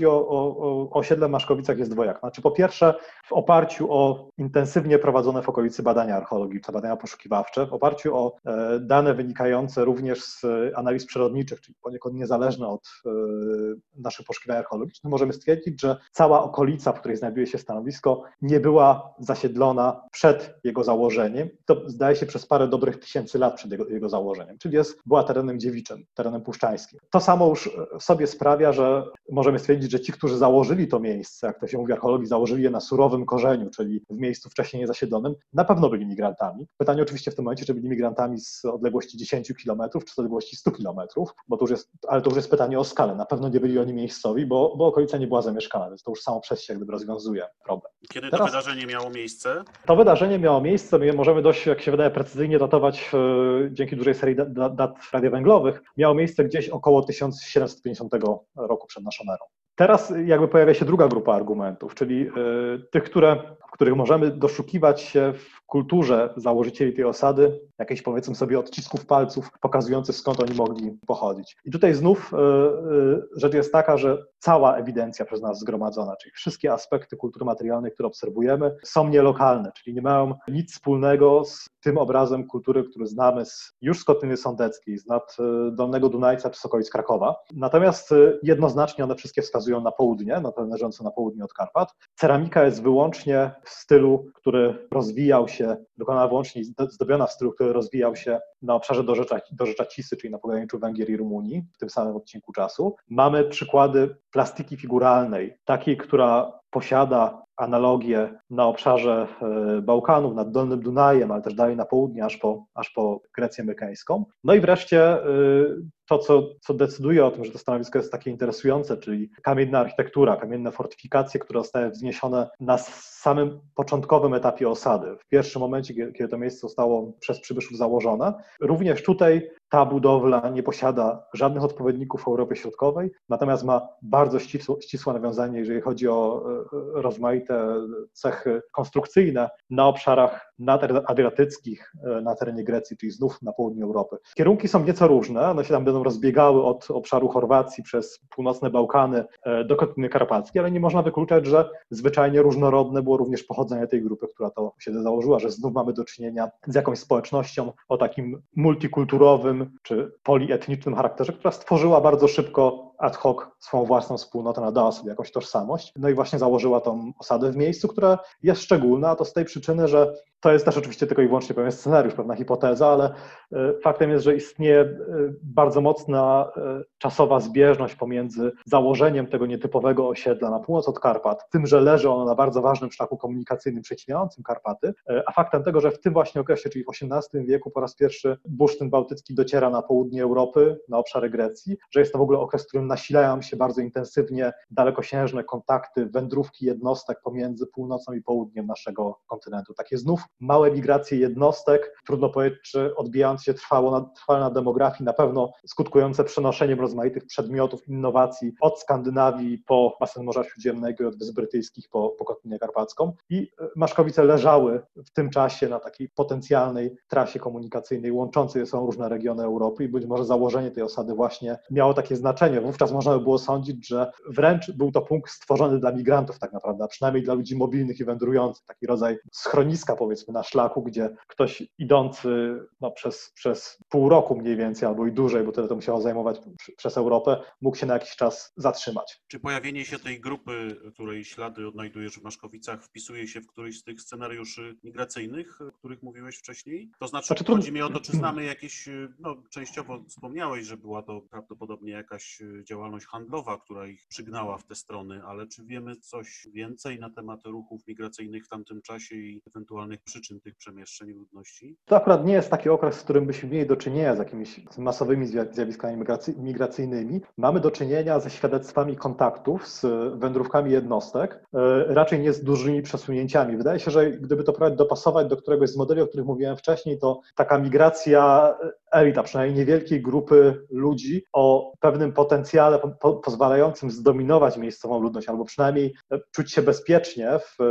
o osiedle w Maszkowicach, jest dwojaka. Znaczy, po pierwsze, w oparciu o intensywnie prowadzone w okolicy badania archeologiczne, badania poszukiwawcze, w oparciu o dane wynikające również z analiz przyrodniczych, czyli poniekąd niezależne od naszych poszukiwań archeologicznych, możemy stwierdzić, że cała okolica, w której znajduje się stanowisko, nie była zasiedlona przed jego założeniem. To zdaje się przez parę dobrych tysięcy lat przed jego założeniem, czyli była terenem dziewiczym, terenem puszczańskim. To samo już w sobie sprawia, że możemy stwierdzić, że ci, którzy założyli to miejsce, jak to się mówi w archeologii, założyli je na surowym korzeniu, czyli w miejscu wcześniej niezasiedlonym, na pewno byli migrantami. Pytanie oczywiście w tym momencie, czy byli migrantami z odległości 10 kilometrów, czy z odległości 100 kilometrów, ale to już jest pytanie o skalę. Na pewno nie byli oni miejscowi, bo okolica nie była zamieszkana, więc to już samo przez się jak gdyby rozwiązuje problem. Kiedy to wydarzenie miało miejsce? To wydarzenie miało miejsce, my możemy dość, jak się wydaje, precyzyjnie datować dzięki dużej serii dat radiowęglowych. Miało miejsce gdzieś około 1750 roku przed naszą erą. Teraz jakby pojawia się druga grupa argumentów, czyli tych, w których możemy doszukiwać się w kulturze założycieli tej osady, jakichś powiedzmy sobie odcisków palców pokazujących, skąd oni mogli pochodzić. I tutaj znów rzecz jest taka, że cała ewidencja przez nas zgromadzona, czyli wszystkie aspekty kultury materialnej, które obserwujemy, są nielokalne, czyli nie mają nic wspólnego z tym obrazem kultury, który znamy już z Kotliny Sądeckiej, z nad Dolnego Dunajca czy z okolic Krakowa. Natomiast jednoznacznie one wszystkie wskazują na południe, na teren leżący na południe od Karpat. Ceramika jest wyłącznie w stylu, który rozwijał się, wykonana wyłącznie zdobiona w stylu, który rozwijał się na obszarze dorzecza Cisy, czyli na pograniczu Węgier i Rumunii, w tym samym odcinku czasu. Mamy przykłady plastiki figuralnej, takiej, która posiada analogię na obszarze Bałkanów, nad Dolnym Dunajem, ale też dalej na południe, aż po Grecję Mykeńską. No i wreszcie to, co decyduje o tym, że to stanowisko jest takie interesujące, czyli kamienna architektura, kamienne fortyfikacje, które zostały wzniesione na samym początkowym etapie osady, w pierwszym momencie, kiedy to miejsce zostało przez przybyszów założone. Również tutaj ta budowla nie posiada żadnych odpowiedników w Europie Środkowej, natomiast ma bardzo ścisłe nawiązanie, jeżeli chodzi o rozmaite cechy konstrukcyjne na obszarach nadadriatyckich na terenie Grecji, czyli znów na południu Europy. Kierunki są nieco różne, one się tam będą rozbiegały od obszaru Chorwacji przez północne Bałkany do Kotliny Karpackiej, ale nie można wykluczać, że zwyczajnie różnorodne było również pochodzenie tej grupy, która to osiedle założyła, że znów mamy do czynienia z jakąś społecznością o takim multikulturowym czy polietnicznym charakterze, która stworzyła bardzo szybko ad hoc swoją własną wspólnotę, nadała sobie jakąś tożsamość, no i właśnie założyła tą osadę w miejscu, które jest szczególne, a to z tej przyczyny, że to jest też oczywiście tylko i wyłącznie pewien scenariusz, pewna hipoteza, ale faktem jest, że istnieje bardzo mocna czasowa zbieżność pomiędzy założeniem tego nietypowego osiedla na północ od Karpat, tym, że leży ono na bardzo ważnym szlaku komunikacyjnym przecinającym Karpaty, a faktem tego, że w tym właśnie okresie, czyli w XVIII wieku po raz pierwszy bursztyn bałtycki dociera na południe Europy, na obszary Grecji, że jest to w ogóle okres, w którym potem nasilają się bardzo intensywnie dalekosiężne kontakty, wędrówki jednostek pomiędzy północą i południem naszego kontynentu. Takie znów małe migracje jednostek, trudno powiedzieć, czy odbijając się trwale na demografii, na pewno skutkujące przenoszeniem rozmaitych przedmiotów, innowacji od Skandynawii po basen Morza Śródziemnego i od Wysp Brytyjskich po Kotlinę Karpacką. I Maszkowice leżały w tym czasie na takiej potencjalnej trasie komunikacyjnej łączącej są różne regiony Europy i być może założenie tej osady właśnie miało takie znaczenie. Wówczas można by było sądzić, że wręcz był to punkt stworzony dla migrantów tak naprawdę, a przynajmniej dla ludzi mobilnych i wędrujących, taki rodzaj schroniska powiedzmy na szlaku, gdzie ktoś idący przez pół roku mniej więcej albo i dłużej, bo tyle to musiało zajmować przez Europę, mógł się na jakiś czas zatrzymać. Czy pojawienie się tej grupy, której ślady odnajdujesz w Maszkowicach, wpisuje się w któryś z tych scenariuszy migracyjnych, o których mówiłeś wcześniej? To znaczy chodzi mi o to, czy znamy jakieś, częściowo wspomniałeś, że była to prawdopodobnie jakaś działalność handlowa, która ich przygnała w te strony, ale czy wiemy coś więcej na temat ruchów migracyjnych w tamtym czasie i ewentualnych przyczyn tych przemieszczeń ludności? To akurat nie jest taki okres, w którym byśmy mieli do czynienia z jakimiś masowymi zjawiskami migracyjnymi. Mamy do czynienia ze świadectwami kontaktów z wędrówkami jednostek, raczej nie z dużymi przesunięciami. Wydaje się, że gdyby to dopasować do któregoś z modeli, o których mówiłem wcześniej, to taka migracja elit, a przynajmniej niewielkiej grupy ludzi o pewnym potencjale pozwalającym zdominować miejscową ludność, albo przynajmniej czuć się bezpiecznie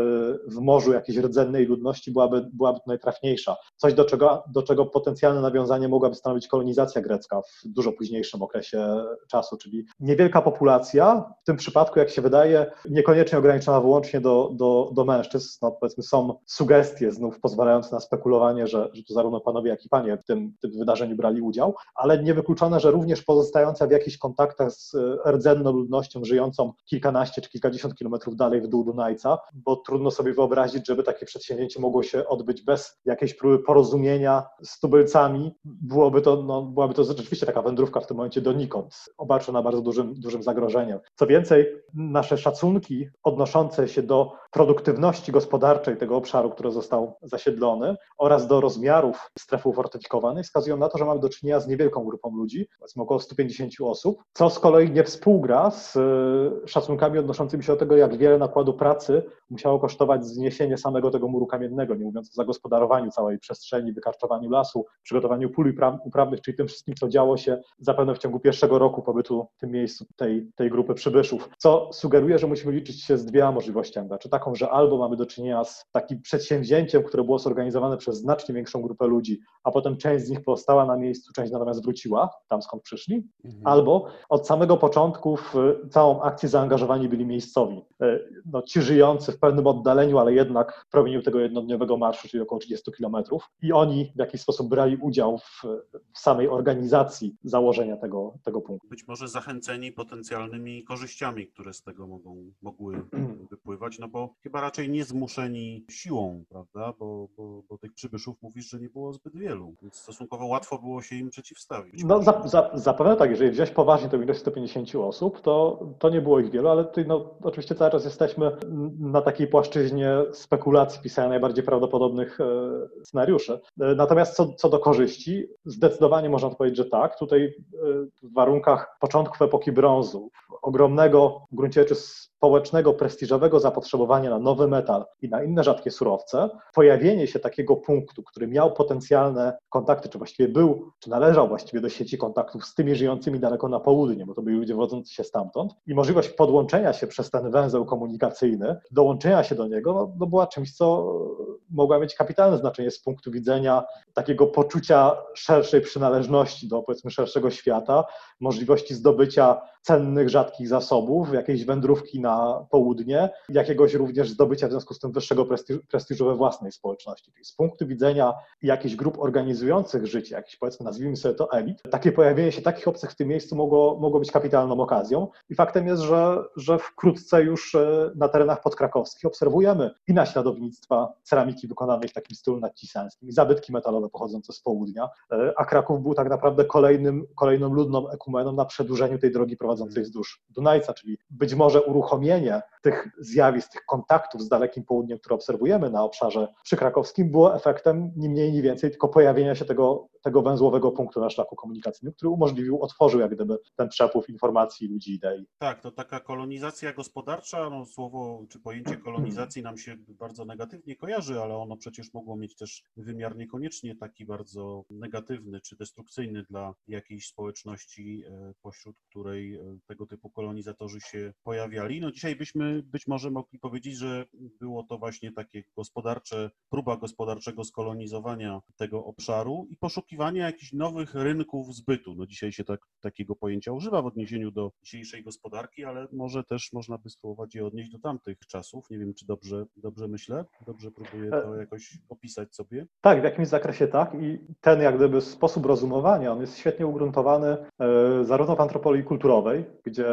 w morzu jakiejś rdzennej ludności byłaby to najtrafniejsza. Coś, do czego potencjalne nawiązanie mogłaby stanowić kolonizacja grecka w dużo późniejszym okresie czasu, czyli niewielka populacja, w tym przypadku, jak się wydaje, niekoniecznie ograniczona wyłącznie do mężczyzn. Powiedzmy, są sugestie znów pozwalające na spekulowanie, że to zarówno panowie, jak i panie w tym wydarzeniu brali udział, ale niewykluczone, że również pozostająca w jakichś kontaktach z rdzenną ludnością żyjącą kilkanaście czy kilkadziesiąt kilometrów dalej w dół Dunajca, bo trudno sobie wyobrazić, żeby takie przedsięwzięcie mogło się odbyć bez jakiejś próby porozumienia z tubylcami. Byłaby to rzeczywiście taka wędrówka w tym momencie donikąd, obarczona bardzo dużym zagrożeniem. Co więcej, nasze szacunki odnoszące się do produktywności gospodarczej tego obszaru, który został zasiedlony oraz do rozmiarów strefy ufortyfikowanej wskazują na to, że mamy do czynienia z niewielką grupą ludzi, powiedzmy około 150 osób, co z kolei nie współgra z szacunkami odnoszącymi się do tego, jak wiele nakładu pracy musiało kosztować zniesienie samego tego muru kamiennego, nie mówiąc o zagospodarowaniu całej przestrzeni, wykarczowaniu lasu, przygotowaniu pól uprawnych, czyli tym wszystkim, co działo się zapewne w ciągu pierwszego roku pobytu w tym miejscu tej grupy przybyszów, co sugeruje, że musimy liczyć się z dwiema możliwościami. Znaczy taką, że albo mamy do czynienia z takim przedsięwzięciem, które było zorganizowane przez znacznie większą grupę ludzi, a potem część z nich pozostała na miejscu, część natomiast wróciła tam, skąd przyszli, albo od samego początku w całą akcję zaangażowani byli miejscowi. Ci żyjący w pewnym oddaleniu, ale jednak w promieniu tego jednodniowego marszu, czyli około 30 kilometrów, i oni w jakiś sposób brali udział w samej organizacji założenia tego punktu. Być może zachęceni potencjalnymi korzyściami, które z tego mogły wypływać, no bo chyba raczej nie zmuszeni siłą, prawda, bo tych przybyszów mówisz, że nie było zbyt wielu, więc stosunkowo łatwo było się im przeciwstawić. Zapewne tak, jeżeli wziąć poważnie tę ilość 150 osób, to nie było ich wielu, ale tutaj oczywiście cały czas jesteśmy na takiej płaszczyźnie spekulacji, pisania najbardziej prawdopodobnych scenariuszy. Natomiast co do korzyści, zdecydowanie można odpowiedzieć, że tak. Tutaj w warunkach początków epoki brązu, ogromnego w gruncie rzeczy społecznego, prestiżowego zapotrzebowania na nowy metal i na inne rzadkie surowce, pojawienie się takiego punktu, który miał potencjalne kontakty, czy właściwie czy należał właściwie do sieci kontaktów z tymi żyjącymi daleko na południe, bo to byli ludzie wodzący się stamtąd, i możliwość podłączenia się przez ten węzeł komunikacyjny, dołączenia się do niego, była czymś, co mogła mieć kapitalne znaczenie z punktu widzenia takiego poczucia szerszej przynależności do, powiedzmy, szerszego świata, możliwości zdobycia cennych, rzadkich zasobów, jakiejś wędrówki na południe, jakiegoś również zdobycia w związku z tym wyższego prestiżu we własnej społeczności. Czyli z punktu widzenia jakichś grup organizujących życie, jakichś, powiedzmy, nazwijmy sobie to elit, takie pojawienie się takich obcych w tym miejscu mogło być kapitalną okazją. I faktem jest, że wkrótce już na terenach podkrakowskich obserwujemy i naśladownictwa ceramiki wykonanej w takim stylu nadcisańskim, i zabytki metalowe pochodzące z południa, a Kraków był tak naprawdę kolejną ludną ekumeną na przedłużeniu tej drogi prowadzącej wzdłuż Dunajca, czyli być może uruchomienie tych zjawisk, tych kontaktów z Dalekim Południem, które obserwujemy na obszarze przykrakowskim, było efektem ni mniej, ni więcej tylko pojawienia się tego węzłowego punktu na szlaku komunikacyjnym, który otworzył jak gdyby ten przepływ informacji, ludzi, idei. Tak, to taka kolonizacja gospodarcza, no słowo czy pojęcie kolonizacji nam się bardzo negatywnie kojarzy, ale ono przecież mogło mieć też wymiar niekoniecznie taki bardzo negatywny czy destrukcyjny dla jakiejś społeczności, pośród której tego typu kolonizatorzy się pojawiali. No dzisiaj byśmy być może mogli powiedzieć, że było to właśnie takie próba gospodarczego skolonizowania tego obszaru i poszukiwania jakichś nowych rynków zbytu. No dzisiaj się takiego pojęcia używa w odniesieniu do dzisiejszej gospodarki, ale może też można by spróbować je odnieść do tamtych czasów. Nie wiem, czy dobrze myślę, dobrze próbuję to jakoś opisać sobie. Tak, w jakimś zakresie tak i ten jak gdyby sposób rozumowania, on jest świetnie ugruntowany zarówno w antropologii kulturowej, gdzie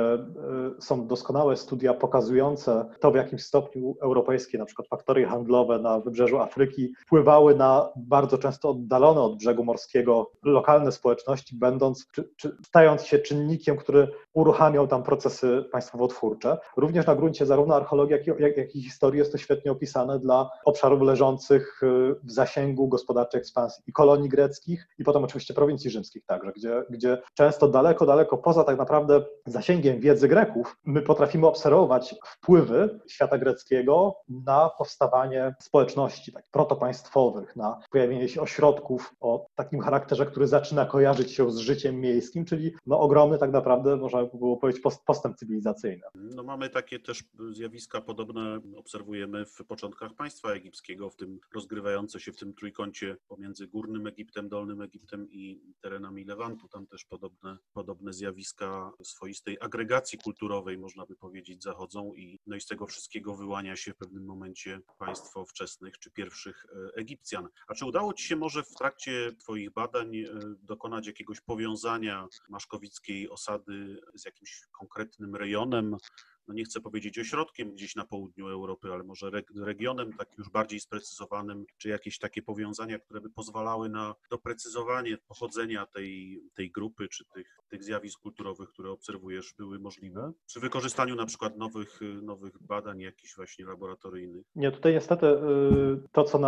są doskonałe studia pokazujące to, w jakim stopniu europejskie, na przykład faktorie handlowe na wybrzeżu Afryki wpływały na bardzo często oddalone od brzegu morskiego lokalne społeczności, czy stając się czynnikiem, który uruchamiał tam procesy państwowo-twórcze. Również na gruncie zarówno archeologii, jak i historii jest to świetnie opisane dla obszarów leżących w zasięgu gospodarczej ekspansji i kolonii greckich, i potem oczywiście prowincji rzymskich także, gdzie często daleko, daleko poza tak naprawdę zasięgiem wiedzy Greków, my potrafimy obserwować wpływy świata greckiego na powstawanie społeczności tak protopaństwowych, na pojawienie się ośrodków o takim charakterze, który zaczyna kojarzyć się z życiem miejskim, czyli ogromny tak naprawdę, można by było powiedzieć, postęp cywilizacyjny. No mamy takie też zjawiska podobne, obserwujemy w początkach państwa egipskiego, w tym rozgrywające się w tym trójkącie pomiędzy Górnym Egiptem, Dolnym Egiptem i terenami Lewantu. Tam też podobne zjawiska swoistej agregacji kulturowej, można by powiedzieć, zachodzą i z tego wszystkiego wyłania się w pewnym momencie państwo wczesnych czy pierwszych Egipcjan. A czy udało Ci się może w trakcie Twoich badań dokonać jakiegoś powiązania maszkowickiej osady z jakimś konkretnym rejonem, no nie chcę powiedzieć ośrodkiem gdzieś na południu Europy, ale może regionem tak już bardziej sprecyzowanym, czy jakieś takie powiązania, które by pozwalały na doprecyzowanie pochodzenia tej grupy, czy tych zjawisk kulturowych, które obserwujesz, były możliwe? Przy wykorzystaniu na przykład nowych badań jakichś właśnie laboratoryjnych? Nie, tutaj niestety to, co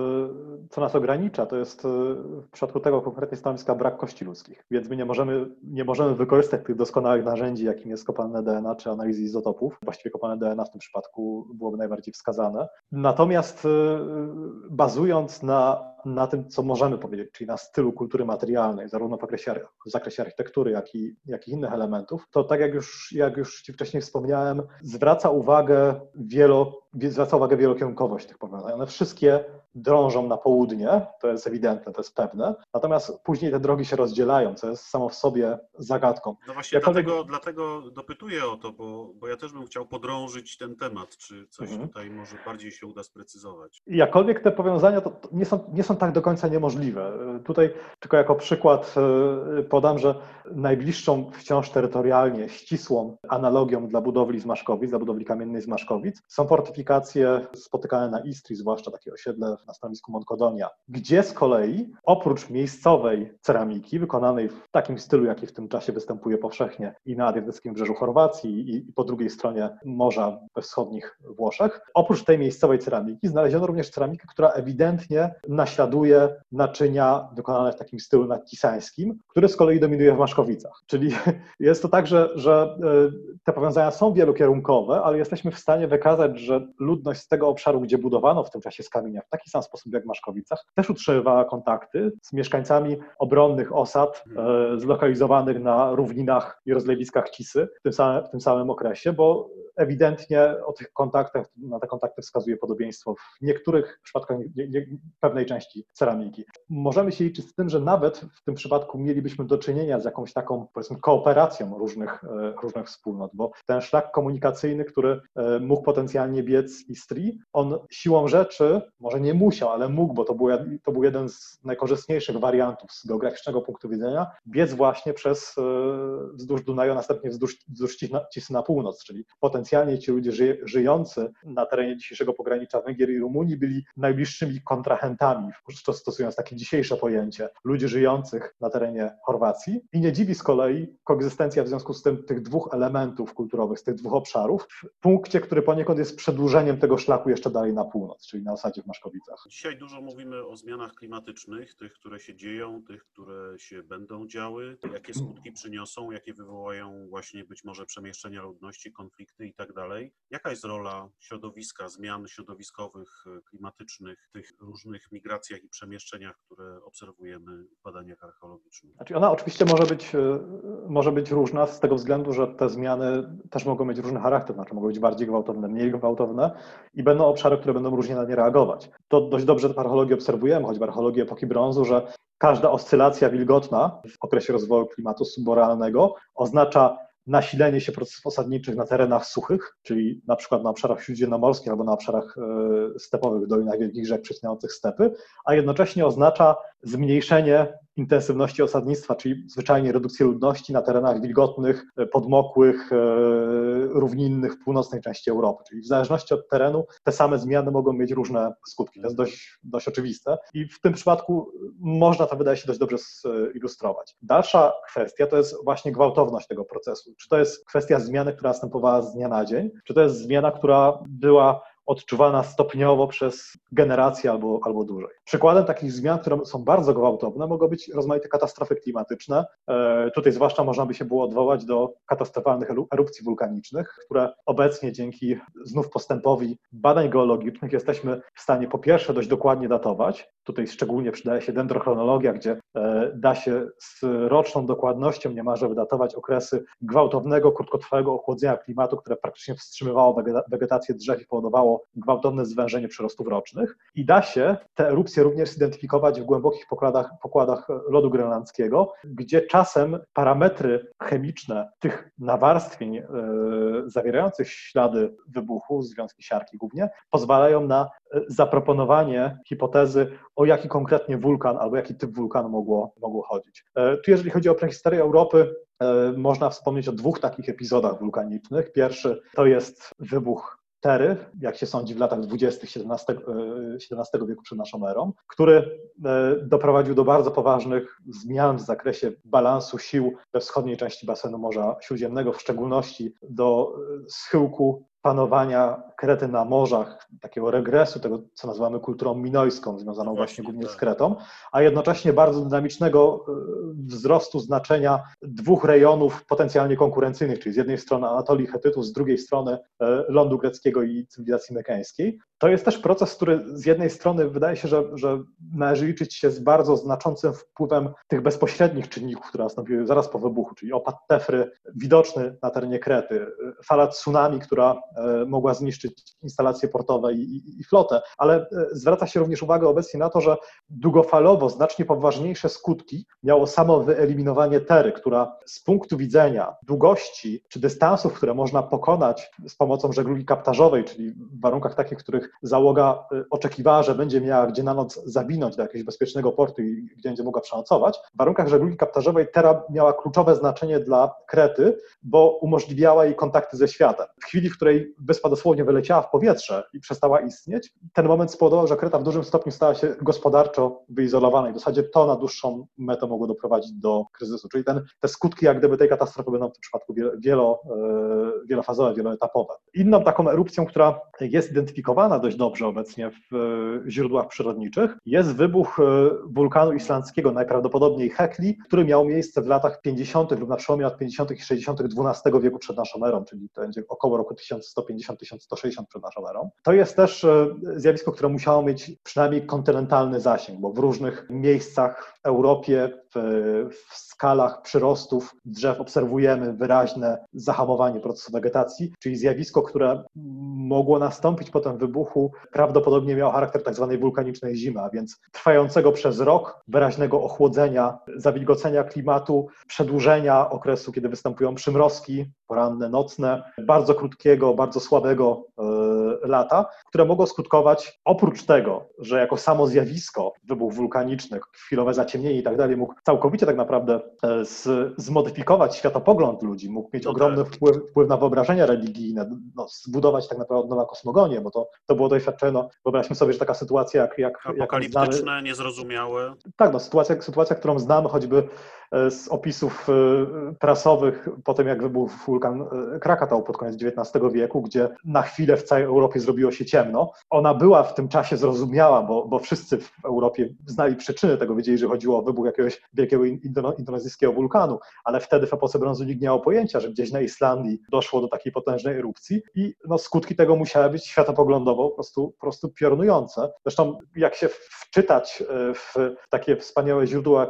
nas ogranicza, to jest w przypadku tego konkretnie stanowiska brak kości ludzkich, więc my nie możemy wykorzystać tych doskonałych narzędzi, jakim jest kopalne DNA czy analizy izotopów. Właściwie kopalne DNA w tym przypadku byłoby najbardziej wskazane. Natomiast bazując na tym, co możemy powiedzieć, czyli na stylu kultury materialnej, zarówno w zakresie architektury, jak i innych elementów, to tak jak już Ci wcześniej wspomniałem, zwraca uwagę wielokierunkowość tych powiązań. One wszystkie drążą na południe, to jest ewidentne, to jest pewne, natomiast później te drogi się rozdzielają, co jest samo w sobie zagadką. No właśnie dlatego dopytuję o to, bo ja też bym chciał podrążyć ten temat, czy coś tutaj może bardziej się uda sprecyzować. Jakkolwiek te powiązania to nie są tak do końca niemożliwe. Tutaj tylko jako przykład podam, że najbliższą wciąż terytorialnie ścisłą analogią dla budowli z Maszkowic, dla budowli kamiennej z Maszkowic są fortyfikacje spotykane na Istrii, zwłaszcza takie osiedle na stanowisku Monkodonia, gdzie z kolei oprócz miejscowej ceramiki wykonanej w takim stylu, jaki w tym czasie występuje powszechnie i na adriatyckim wybrzeżu Chorwacji i po drugiej stronie morza we wschodnich Włoszech, oprócz tej miejscowej ceramiki znaleziono również ceramikę, która ewidentnie naśladuje naczynia wykonane w takim stylu nadtisańskim, który z kolei dominuje w Maszkowicach. Czyli jest to tak, że te powiązania są wielokierunkowe, ale jesteśmy w stanie wykazać, że ludność z tego obszaru, gdzie budowano w tym czasie z kamienia w taki sam sposób jak w Maszkowicach, też utrzymywała kontakty z mieszkańcami obronnych osad zlokalizowanych na równinach i rozlewiskach Cisy w tym samym okresie, bo ewidentnie na te kontakty wskazuje podobieństwo w niektórych przypadkach pewnej części ceramiki. Możemy się liczyć z tym, że nawet w tym przypadku mielibyśmy do czynienia z jakąś taką, powiedzmy, kooperacją różnych wspólnot, bo ten szlak komunikacyjny, który mógł potencjalnie biec z Istrii, on siłą rzeczy, może nie musiał, ale mógł, bo to był jeden z najkorzystniejszych wariantów z geograficznego punktu widzenia, biec właśnie wzdłuż Dunaju, a następnie wzdłuż Cisy na północ, czyli potencjalnie potencjalnie ci ludzie żyjący na terenie dzisiejszego pogranicza Węgier i Rumunii byli najbliższymi kontrahentami, stosując takie dzisiejsze pojęcie, ludzi żyjących na terenie Chorwacji. I nie dziwi z kolei koegzystencja w związku z tym tych dwóch elementów kulturowych, z tych dwóch obszarów, w punkcie, który poniekąd jest przedłużeniem tego szlaku jeszcze dalej na północ, czyli na osadzie w Maszkowicach. Dzisiaj dużo mówimy o zmianach klimatycznych, tych, które się dzieją, tych, które się będą działy, jakie skutki przyniosą, jakie wywołają właśnie być może przemieszczenia ludności, konflikty i tak dalej. Jaka jest rola środowiska, zmian środowiskowych, klimatycznych, w tych różnych migracjach i przemieszczeniach, które obserwujemy w badaniach archeologicznych? Znaczy ona oczywiście może być różna z tego względu, że te zmiany też mogą mieć różny charakter, znaczy mogą być bardziej gwałtowne, mniej gwałtowne i będą obszary, które będą różnie na nie reagować. To dość dobrze w archeologii obserwujemy, choćby archeologii epoki brązu, że każda oscylacja wilgotna w okresie rozwoju klimatu subborealnego oznacza nasilenie się procesów osadniczych na terenach suchych, czyli na przykład na obszarach śródziemnomorskich albo na obszarach stepowych, w dolinach wielkich rzek przycinających stepy, a jednocześnie oznacza zmniejszenie intensywności osadnictwa, czyli zwyczajnie redukcję ludności na terenach wilgotnych, podmokłych, równinnych w północnej części Europy. Czyli w zależności od terenu te same zmiany mogą mieć różne skutki. To jest dość oczywiste i w tym przypadku można to, wydaje się, dość dobrze zilustrować. Dalsza kwestia to jest właśnie gwałtowność tego procesu. Czy to jest kwestia zmiany, która następowała z dnia na dzień, czy to jest zmiana, która była odczuwana stopniowo przez generacje albo dłużej. Przykładem takich zmian, które są bardzo gwałtowne, mogą być rozmaite katastrofy klimatyczne. Tutaj zwłaszcza można by się było odwołać do katastrofalnych erupcji wulkanicznych, które obecnie dzięki znów postępowi badań geologicznych jesteśmy w stanie po pierwsze dość dokładnie datować. Tutaj szczególnie przydaje się dendrochronologia, gdzie da się z roczną dokładnością niemalże wydatować okresy gwałtownego, krótkotrwałego ochłodzenia klimatu, które praktycznie wstrzymywało wegetację drzew i powodowało gwałtowne zwężenie przyrostów rocznych. I da się te erupcje również zidentyfikować w głębokich pokładach lodu grenlandzkiego, gdzie czasem parametry chemiczne tych nawarstwień zawierających ślady wybuchu, związki siarki głównie, pozwalają na zaproponowanie hipotezy, o jaki konkretnie wulkan albo jaki typ wulkanu mogło chodzić. Tu jeżeli chodzi o prehistorię Europy, można wspomnieć o dwóch takich wulkanicznych. Pierwszy to jest wybuch Tery, jak się sądzi w latach 20. XVII wieku przed naszą erą, który doprowadził do bardzo poważnych zmian w zakresie balansu sił we wschodniej części basenu Morza Śródziemnego, w szczególności do schyłku panowania Krety na morzach, takiego regresu, tego co nazywamy kulturą minojską, związaną właśnie głównie z Kretą, a jednocześnie bardzo dynamicznego wzrostu znaczenia dwóch rejonów potencjalnie konkurencyjnych, czyli z jednej strony Anatolii Chetytu, z drugiej strony lądu greckiego i cywilizacji mekańskiej. To jest też proces, który z jednej strony wydaje się, że należy liczyć się z bardzo znaczącym wpływem tych bezpośrednich czynników, które nastąpiły zaraz po wybuchu, czyli opad Tefry widoczny na terenie Krety, fala tsunami, która mogła zniszczyć instalacje portowe i flotę, ale zwraca się również uwagę obecnie na to, że długofalowo znacznie poważniejsze skutki miało samo wyeliminowanie Tery, która z punktu widzenia długości czy dystansów, które można pokonać z pomocą żeglugi kaptarzowej, czyli w warunkach takich, w których załoga oczekiwała, że będzie miała gdzie na noc zawinąć do jakiegoś bezpiecznego portu i gdzie będzie mogła przenocować, w warunkach żeglugi kaptarzowej Tera miała kluczowe znaczenie dla Krety, bo umożliwiała jej kontakty ze światem. W chwili, w której wyspa dosłownie wyleciała w powietrze i przestała istnieć, ten moment spowodował, że Kreta w dużym stopniu stała się gospodarczo wyizolowana i w zasadzie to na dłuższą metę mogło doprowadzić do kryzysu. Czyli te skutki jak gdyby tej katastrofy będą w tym przypadku wielofazowe, wieloetapowe. Inną taką erupcją, która jest identyfikowana dość dobrze obecnie w źródłach przyrodniczych, jest wybuch wulkanu islandzkiego, najprawdopodobniej Hekli, który miał miejsce w latach 50. lub na przełomie lat 50. i 60. XII wieku przed naszą erą, czyli to będzie około roku 1150-1160 przed naszą erą. To jest też zjawisko, które musiało mieć przynajmniej kontynentalny zasięg, bo w różnych miejscach w Europie, w skalach przyrostów drzew obserwujemy wyraźne zahamowanie procesu wegetacji, czyli zjawisko, które mogło nastąpić po tym wybuchu, prawdopodobnie miało charakter tak zwanej wulkanicznej zimy, a więc trwającego przez rok wyraźnego ochłodzenia, zawilgocenia klimatu, przedłużenia okresu, kiedy występują przymrozki poranne, nocne, bardzo krótkiego, bardzo słabego lata, które mogą skutkować oprócz tego, że jako samo zjawisko, wybuch wulkaniczny, chwilowe zaciemnienie i tak dalej, mógł całkowicie tak naprawdę zmodyfikować światopogląd ludzi, mógł mieć ogromny wpływ na wyobrażenia religijne, zbudować tak naprawdę nowa kosmogonię, bo to było doświadczenie, wyobraźmy sobie, że taka sytuacja jak apokaliptyczne, znamy, niezrozumiałe. Tak, sytuacja, którą znamy choćby z opisów prasowych po tym, jak wybuchł wulkan Krakatau pod koniec XIX wieku, gdzie na chwilę w całej Europie zrobiło się ciemno. Ona była w tym czasie zrozumiała, bo wszyscy w Europie znali przyczyny tego, wiedzieli, że chodziło o wybuch jakiegoś wielkiego indonezyjskiego wulkanu, ale wtedy w epoce brązu nikt nie miał pojęcia, że gdzieś na Islandii doszło do takiej potężnej erupcji i skutki tego musiały być światopoglądowo po prostu piorunujące. Zresztą jak się wczytać w takie wspaniałe źródło,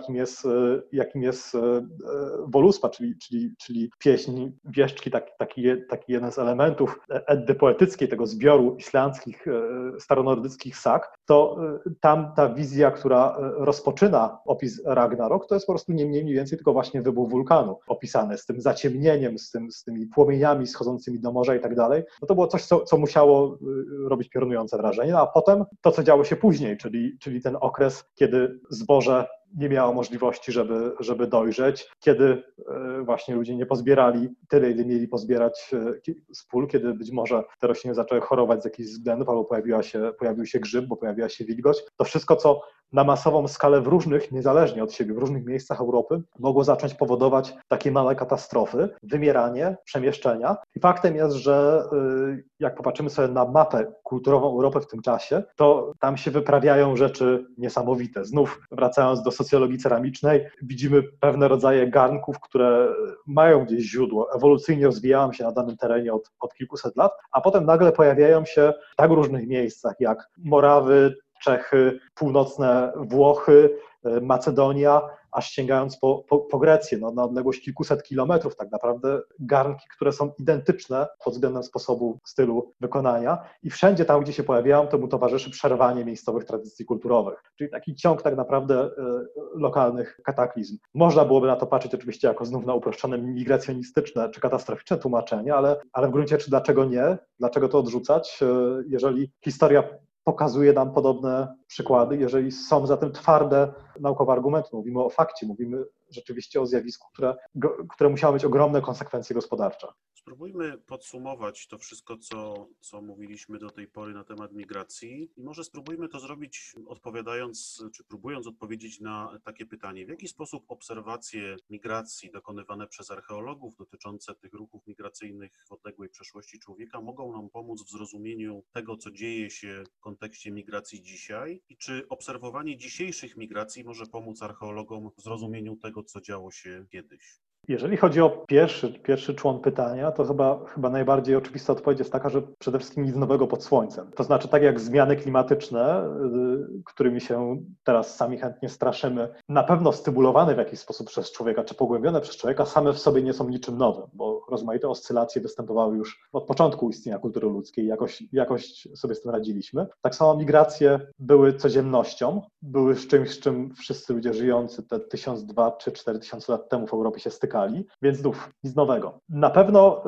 jakim jest Voluspa, czyli pieśń Wieszczki, taki jeden z elementów Eddy poetyckiej, tego zbioru islandzkich, staronordyckich sag, to tam ta wizja, która rozpoczyna opis Ragnarok, to jest po prostu nie mniej więcej tylko właśnie wybuch wulkanu opisany, z tym zaciemnieniem, z tymi płomieniami schodzącymi do morza i tak dalej. No to było coś, co musiało robić piorunujące wrażenie, a potem to, co działo się później, czyli ten okres, kiedy zboże nie miało możliwości, żeby dojrzeć, kiedy właśnie ludzie nie pozbierali tyle, ile mieli pozbierać z pól, kiedy być może te rośliny zaczęły chorować z jakichś względów, albo pojawił się grzyb, bo pojawiła się wilgoć. To wszystko, co na masową skalę niezależnie od siebie, w różnych miejscach Europy mogło zacząć powodować takie małe katastrofy, wymieranie, przemieszczenia. I faktem jest, że jak popatrzymy sobie na mapę kulturową Europy w tym czasie, to tam się wyprawiają rzeczy niesamowite. Znów wracając do socjologii ceramicznej, widzimy pewne rodzaje garnków, które mają gdzieś źródło, ewolucyjnie rozwijają się na danym terenie od kilkuset lat, a potem nagle pojawiają się w tak różnych miejscach jak Morawy, Czechy, północne Włochy, Macedonia, aż sięgając po Grecję, na odległość kilkuset kilometrów tak naprawdę garnki, które są identyczne pod względem sposobu, stylu wykonania i wszędzie tam, gdzie się pojawiają, temu towarzyszy przerwanie miejscowych tradycji kulturowych, czyli taki ciąg tak naprawdę lokalnych kataklizm. Można byłoby na to patrzeć oczywiście jako znów na uproszczone migracjonistyczne czy katastroficzne tłumaczenie, ale w gruncie rzeczy dlaczego nie? Dlaczego to odrzucać, jeżeli historia pokazuje nam podobne przykłady, jeżeli są za tym twarde naukowe argumenty. Mówimy o fakcie, mówimy rzeczywiście o zjawisku, które musiało mieć ogromne konsekwencje gospodarcze. Spróbujmy podsumować to wszystko, co mówiliśmy do tej pory na temat migracji i może spróbujmy to zrobić odpowiadając, czy próbując odpowiedzieć na takie pytanie. W jaki sposób obserwacje migracji dokonywane przez archeologów dotyczące tych ruchów migracyjnych w odległej przeszłości człowieka mogą nam pomóc w zrozumieniu tego, co dzieje się w kontekście migracji dzisiaj i czy obserwowanie dzisiejszych migracji może pomóc archeologom w zrozumieniu tego, co działo się kiedyś? Jeżeli chodzi o pierwszy człon pytania, to chyba najbardziej oczywista odpowiedź jest taka, że przede wszystkim nic nowego pod słońcem. To znaczy tak jak zmiany klimatyczne, którymi się teraz sami chętnie straszymy, na pewno stymulowane w jakiś sposób przez człowieka, czy pogłębione przez człowieka, same w sobie nie są niczym nowym, bo rozmaite oscylacje występowały już od początku istnienia kultury ludzkiej, jakoś sobie z tym radziliśmy. Tak samo migracje były codziennością, były czymś, z czym wszyscy ludzie żyjący te 1000, 2000 czy 4000 lat temu w Europie się stykali. Więc znów nic nowego. Na pewno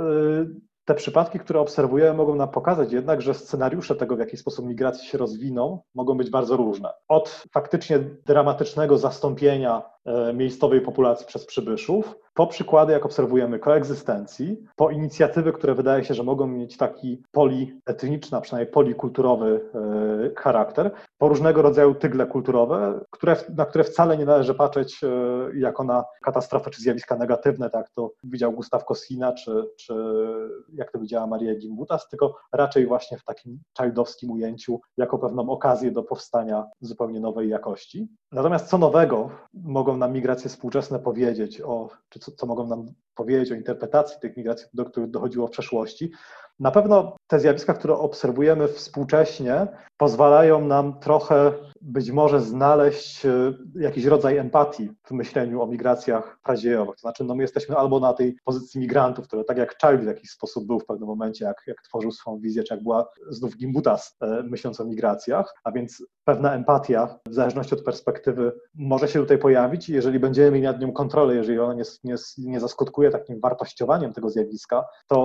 te przypadki, które obserwujemy, mogą nam pokazać jednak, że scenariusze tego, w jaki sposób migracje się rozwiną, mogą być bardzo różne. Od faktycznie dramatycznego zastąpienia miejscowej populacji przez przybyszów, po przykłady, jak obserwujemy, koegzystencji, po inicjatywy, które wydaje się, że mogą mieć taki polietniczny, a przynajmniej polikulturowy charakter, po różnego rodzaju tygle kulturowe, na które wcale nie należy patrzeć jako na katastrofy czy zjawiska negatywne, tak to widział Gustav Kosina, czy jak to widziała Maria Gimbutas, tylko raczej właśnie w takim childowskim ujęciu, jako pewną okazję do powstania zupełnie nowej jakości. Natomiast co nowego mogą nam migracje współczesne powiedzieć, czy co mogą nam powiedzieć o interpretacji tych migracji, do których dochodziło w przeszłości? Na pewno te zjawiska, które obserwujemy współcześnie, pozwalają nam trochę być może znaleźć jakiś rodzaj empatii w myśleniu o migracjach pradziejowych. To znaczy, my jesteśmy albo na tej pozycji migrantów, które tak jak Child w jakiś sposób był w pewnym momencie, jak tworzył swoją wizję, czy jak była znów Gimbutas myśląc o migracjach, a więc pewna empatia, w zależności od perspektywy, może się tutaj pojawić i jeżeli będziemy mieli nad nią kontrolę, jeżeli ona nie zaskutkuje takim wartościowaniem tego zjawiska, to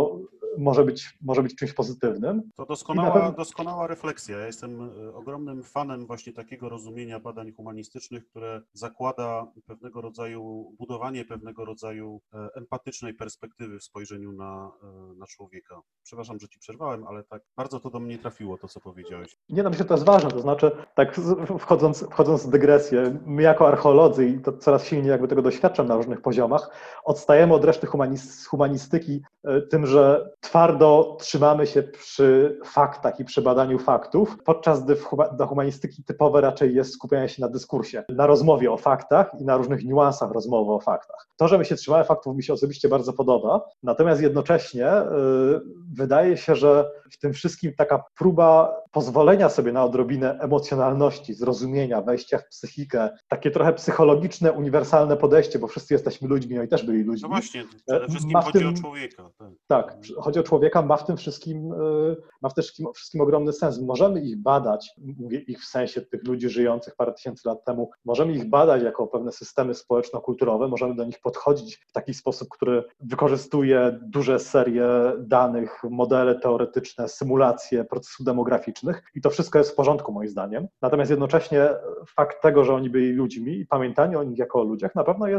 może być czymś pozytywnym. To doskonała refleksja. Ja jestem ogromnym fanem właśnie takiego rozumienia badań humanistycznych, które zakłada budowanie pewnego rodzaju empatycznej perspektywy w spojrzeniu na człowieka. Przepraszam, że ci przerwałem, ale tak bardzo to do mnie trafiło, to co powiedziałeś. Nie, no myślę, że to jest ważne, to znaczy, tak wchodząc w dygresję, my jako archeolodzy, i to coraz silniej jakby tego doświadczam na różnych poziomach, odstajemy od reszty humanistyki tym, że twardo trzymamy się przy faktach i przy badaniu faktów, podczas gdy dla humanistyki typowe raczej jest skupianie się na dyskursie, na rozmowie o faktach i na różnych niuansach rozmowy o faktach. To, że my się trzymamy faktów, mi się osobiście bardzo podoba, natomiast jednocześnie wydaje się, że w tym wszystkim taka próba pozwolenia sobie na odrobinę emocjonalności, zrozumienia, wejścia w psychikę, takie trochę psychologiczne, uniwersalne podejście, bo wszyscy jesteśmy ludźmi, oni też byli ludźmi. No właśnie, przede wszystkim chodzi o człowieka. Tak, chodzi o człowieka, ma w tym wszystkim ogromny sens. Możemy ich badać, mówię ich w sensie tych ludzi żyjących parę tysięcy lat temu, możemy ich badać jako pewne systemy społeczno-kulturowe, możemy do nich podchodzić w taki sposób, który wykorzystuje duże serie danych, modele teoretyczne, symulacje procesów demograficznych i to wszystko jest w porządku moim zdaniem. Natomiast jednocześnie fakt tego, że oni byli ludźmi i pamiętanie o nich jako o ludziach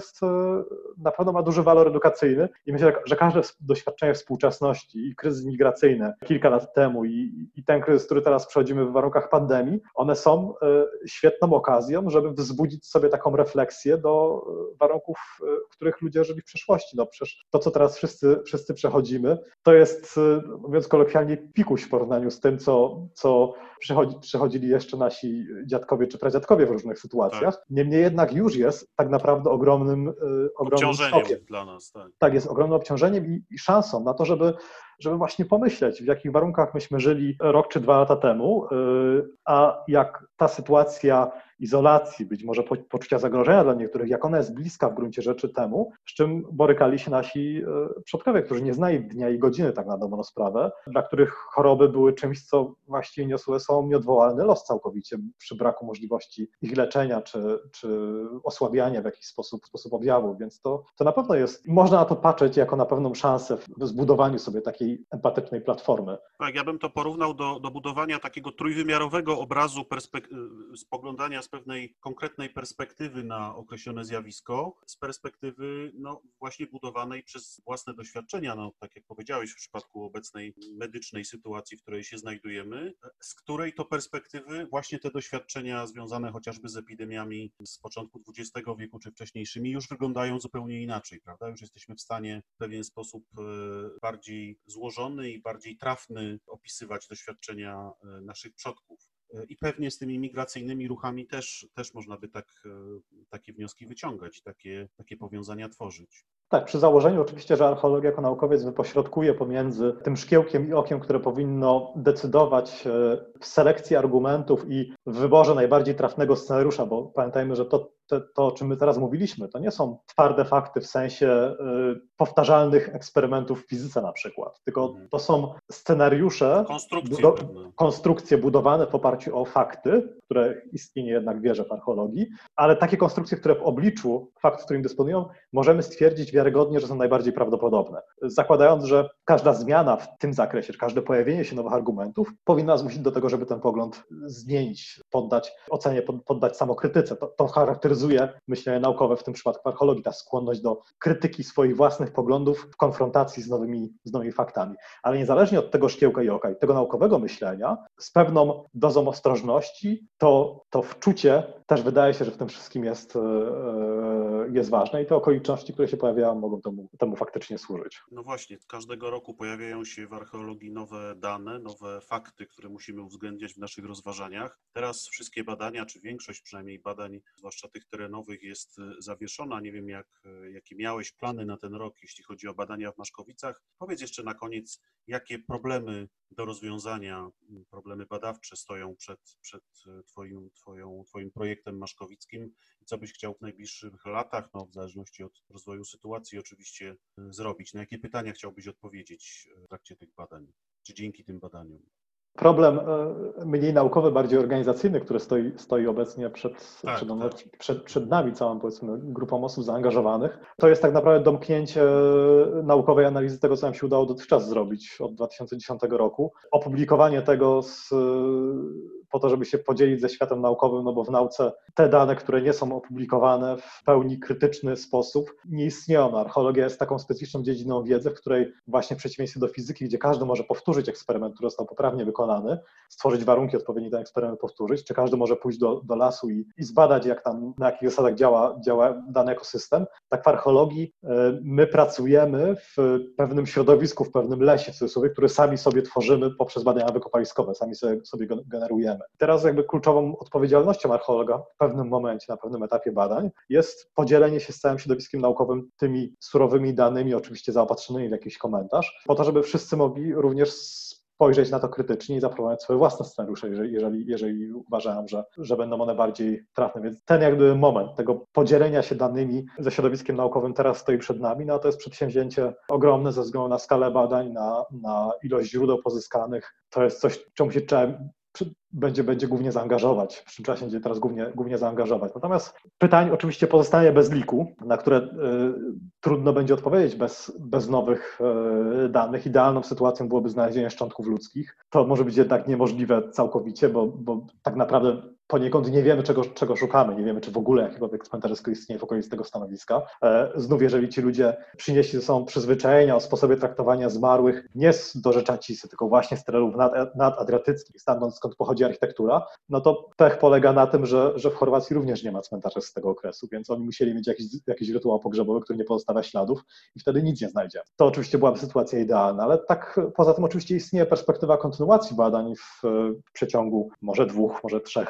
na pewno ma duży walor edukacyjny i myślę, że każde doświadczenie współczesności i kryzys migracyjny kilka lat temu i ten kryzys, który teraz przechodzimy w warunkach pandemii, one są świetną okazją, żeby wzbudzić sobie taką refleksję do warunków, w których ludzie żyli w przeszłości. No przecież to, co teraz wszyscy przechodzimy, to jest, mówiąc kolokwialnie, pikuś w porównaniu z tym, co przechodzili jeszcze nasi dziadkowie czy pradziadkowie w różnych sytuacjach. Tak. Niemniej jednak już jest tak naprawdę ogromnym obciążeniem dla nas. Tak, jest ogromnym obciążeniem i szansą na to, żeby właśnie pomyśleć, w jakich warunkach myśmy żyli rok czy 2 lata temu, a jak ta sytuacja izolacji, być może poczucia zagrożenia dla niektórych, jak ona jest bliska w gruncie rzeczy temu, z czym borykali się nasi przodkowie, którzy nie znali dnia i godziny, tak na dobrą sprawę, dla których choroby były czymś, co właściwie niosły sobą nieodwołalny los całkowicie przy braku możliwości ich leczenia czy osłabiania w jakiś sposób objawów, więc to na pewno jest, można na to patrzeć jako na pewną szansę w zbudowaniu sobie takiej empatycznej platformy. Tak, ja bym to porównał do budowania takiego trójwymiarowego obrazu spoglądania z pewnej konkretnej perspektywy na określone zjawisko, z perspektywy właśnie budowanej przez własne doświadczenia, tak jak powiedziałeś w przypadku obecnej medycznej sytuacji, w której się znajdujemy, z której to perspektywy właśnie te doświadczenia związane chociażby z epidemiami z początku XX wieku czy wcześniejszymi już wyglądają zupełnie inaczej, prawda? Już jesteśmy w stanie w pewien sposób bardziej złożony i bardziej trafny opisywać doświadczenia naszych przodków. I pewnie z tymi migracyjnymi ruchami też można by takie wnioski wyciągać, takie powiązania tworzyć. Tak, przy założeniu oczywiście, że archeologia jako naukowiec wypośrodkuje pomiędzy tym szkiełkiem i okiem, które powinno decydować w selekcji argumentów i w wyborze najbardziej trafnego scenariusza, bo pamiętajmy, że to, o czym my teraz mówiliśmy, to nie są twarde fakty w sensie powtarzalnych eksperymentów w fizyce na przykład, tylko to są scenariusze, konstrukcje budowane w oparciu o fakty, które istnieje jednak wierzę w archeologii, ale takie konstrukcje, które w obliczu faktów, którym dysponują, możemy stwierdzić wiarygodnie, że są najbardziej prawdopodobne. Zakładając, że każda zmiana w tym zakresie, czy każde pojawienie się nowych argumentów powinna zmusić do tego, żeby ten pogląd zmienić, poddać ocenie, poddać samokrytyce. To charakteryzuje myślenie naukowe, w tym przypadku archeologii, ta skłonność do krytyki swoich własnych poglądów w konfrontacji z nowymi faktami. Ale niezależnie od tego szkiełka i oka i tego naukowego myślenia, z pewną dozą ostrożności, to wczucie też wydaje się, że w tym wszystkim jest ważne i te okoliczności, które się pojawiają, mogą temu faktycznie służyć. No właśnie, każdego roku pojawiają się w archeologii nowe dane, nowe fakty, które musimy uwzględniać w naszych rozważaniach. Teraz wszystkie badania, czy większość przynajmniej badań, zwłaszcza tych terenowych, jest zawieszona. Nie wiem, jakie miałeś plany na ten rok, jeśli chodzi o badania w Maszkowicach. Powiedz jeszcze na koniec, jakie problemy do rozwiązania, problemy badawcze stoją przed Twoim projektem maszkowickim i co byś chciał w najbliższych latach, w zależności od rozwoju sytuacji oczywiście, zrobić? Na jakie pytania chciałbyś odpowiedzieć w trakcie tych badań, czy dzięki tym badaniom? problem mniej naukowy, bardziej organizacyjny, który stoi obecnie przed nami, całą, powiedzmy, grupą osób zaangażowanych, to jest tak naprawdę domknięcie naukowej analizy tego, co nam się udało dotychczas zrobić od 2010 roku. Opublikowanie tego po to, żeby się podzielić ze światem naukowym, no bo w nauce te dane, które nie są opublikowane w pełni krytyczny sposób, nie istnieją. Archeologia jest taką specyficzną dziedziną wiedzy, w której właśnie w przeciwieństwie do fizyki, gdzie każdy może powtórzyć eksperyment, który został poprawnie wykonany, stworzyć warunki odpowiednie ten eksperyment powtórzyć, czy każdy może pójść do lasu i zbadać, jak tam, na jakich zasadach działa dany ekosystem. Tak w archeologii my pracujemy w pewnym środowisku, w pewnym lesie, w cudzysłowie, który sami sobie tworzymy poprzez badania wykopaliskowe, sami sobie go generujemy. Teraz jakby kluczową odpowiedzialnością archeologa w pewnym momencie, na pewnym etapie badań jest podzielenie się z całym środowiskiem naukowym tymi surowymi danymi, oczywiście zaopatrzonymi w jakiś komentarz, po to, żeby wszyscy mogli również spojrzeć na to krytycznie i zaproponować swoje własne scenariusze, jeżeli uważają, że będą one bardziej trafne. Więc ten jakby moment tego podzielenia się danymi ze środowiskiem naukowym teraz stoi przed nami. No to jest przedsięwzięcie ogromne ze względu na skalę badań, na ilość źródeł pozyskanych. To jest coś, czemu się będzie głównie zaangażować, w czym trzeba się będzie teraz głównie zaangażować. Natomiast pytań oczywiście pozostaje bez liku, na które trudno będzie odpowiedzieć bez nowych danych. Idealną sytuacją byłoby znalezienie szczątków ludzkich. To może być jednak niemożliwe całkowicie, bo tak naprawdę poniekąd nie wiemy, czego szukamy, nie wiemy, czy w ogóle jakiekolwiek cmentarzyskie istnieje w okolicy tego stanowiska. Znów, jeżeli ci ludzie przynieśli ze sobą przyzwyczajenia o sposobie traktowania zmarłych nie do Rzeczacisy, tylko właśnie z terenów nadadriatyckich, stamtąd skąd pochodzi architektura, no to pech polega na tym, że w Chorwacji również nie ma cmentarzy z tego okresu, więc oni musieli mieć jakiś rytuał pogrzebowy, który nie pozostawia śladów i wtedy nic nie znajdziemy. To oczywiście byłaby sytuacja idealna, ale tak poza tym oczywiście istnieje perspektywa kontynuacji badań w przeciągu może 2, może 3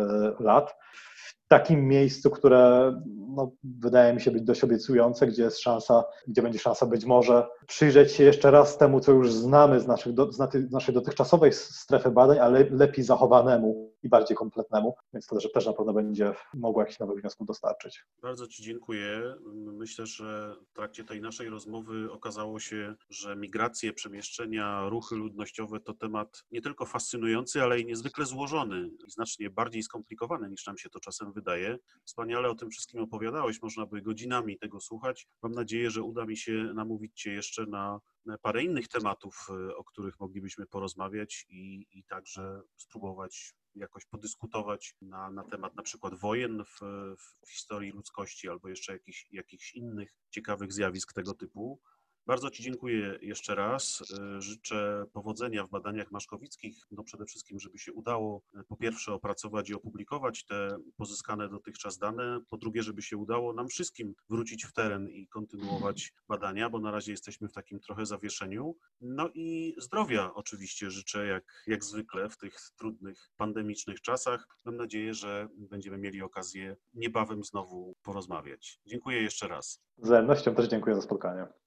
lat. W takim miejscu, które wydaje mi się być dość obiecujące, gdzie będzie szansa być może przyjrzeć się jeszcze raz temu, co już znamy z naszej dotychczasowej strefy badań, ale lepiej zachowanemu i bardziej kompletnemu, więc to też na pewno będzie mogło jakichś nowych wniosków dostarczyć. Bardzo Ci dziękuję. Myślę, że w trakcie tej naszej rozmowy okazało się, że migracje, przemieszczenia, ruchy ludnościowe to temat nie tylko fascynujący, ale i niezwykle złożony i znacznie bardziej skomplikowany, niż nam się to czasem wydaje. Wspaniale o tym wszystkim opowiadałeś, można by godzinami tego słuchać. Mam nadzieję, że uda mi się namówić Cię jeszcze na parę innych tematów, o których moglibyśmy porozmawiać i także spróbować jakoś podyskutować na temat na przykład wojen w historii ludzkości albo jeszcze jakichś innych ciekawych zjawisk tego typu. Bardzo Ci dziękuję jeszcze raz. Życzę powodzenia w badaniach maszkowickich. Przede wszystkim, żeby się udało po pierwsze opracować i opublikować te pozyskane dotychczas dane, po drugie, żeby się udało nam wszystkim wrócić w teren i kontynuować badania, bo na razie jesteśmy w takim trochę zawieszeniu. No i zdrowia oczywiście życzę jak zwykle w tych trudnych, pandemicznych czasach. Mam nadzieję, że będziemy mieli okazję niebawem znowu porozmawiać. Dziękuję jeszcze raz. Z wzajemnością też dziękuję za spotkanie.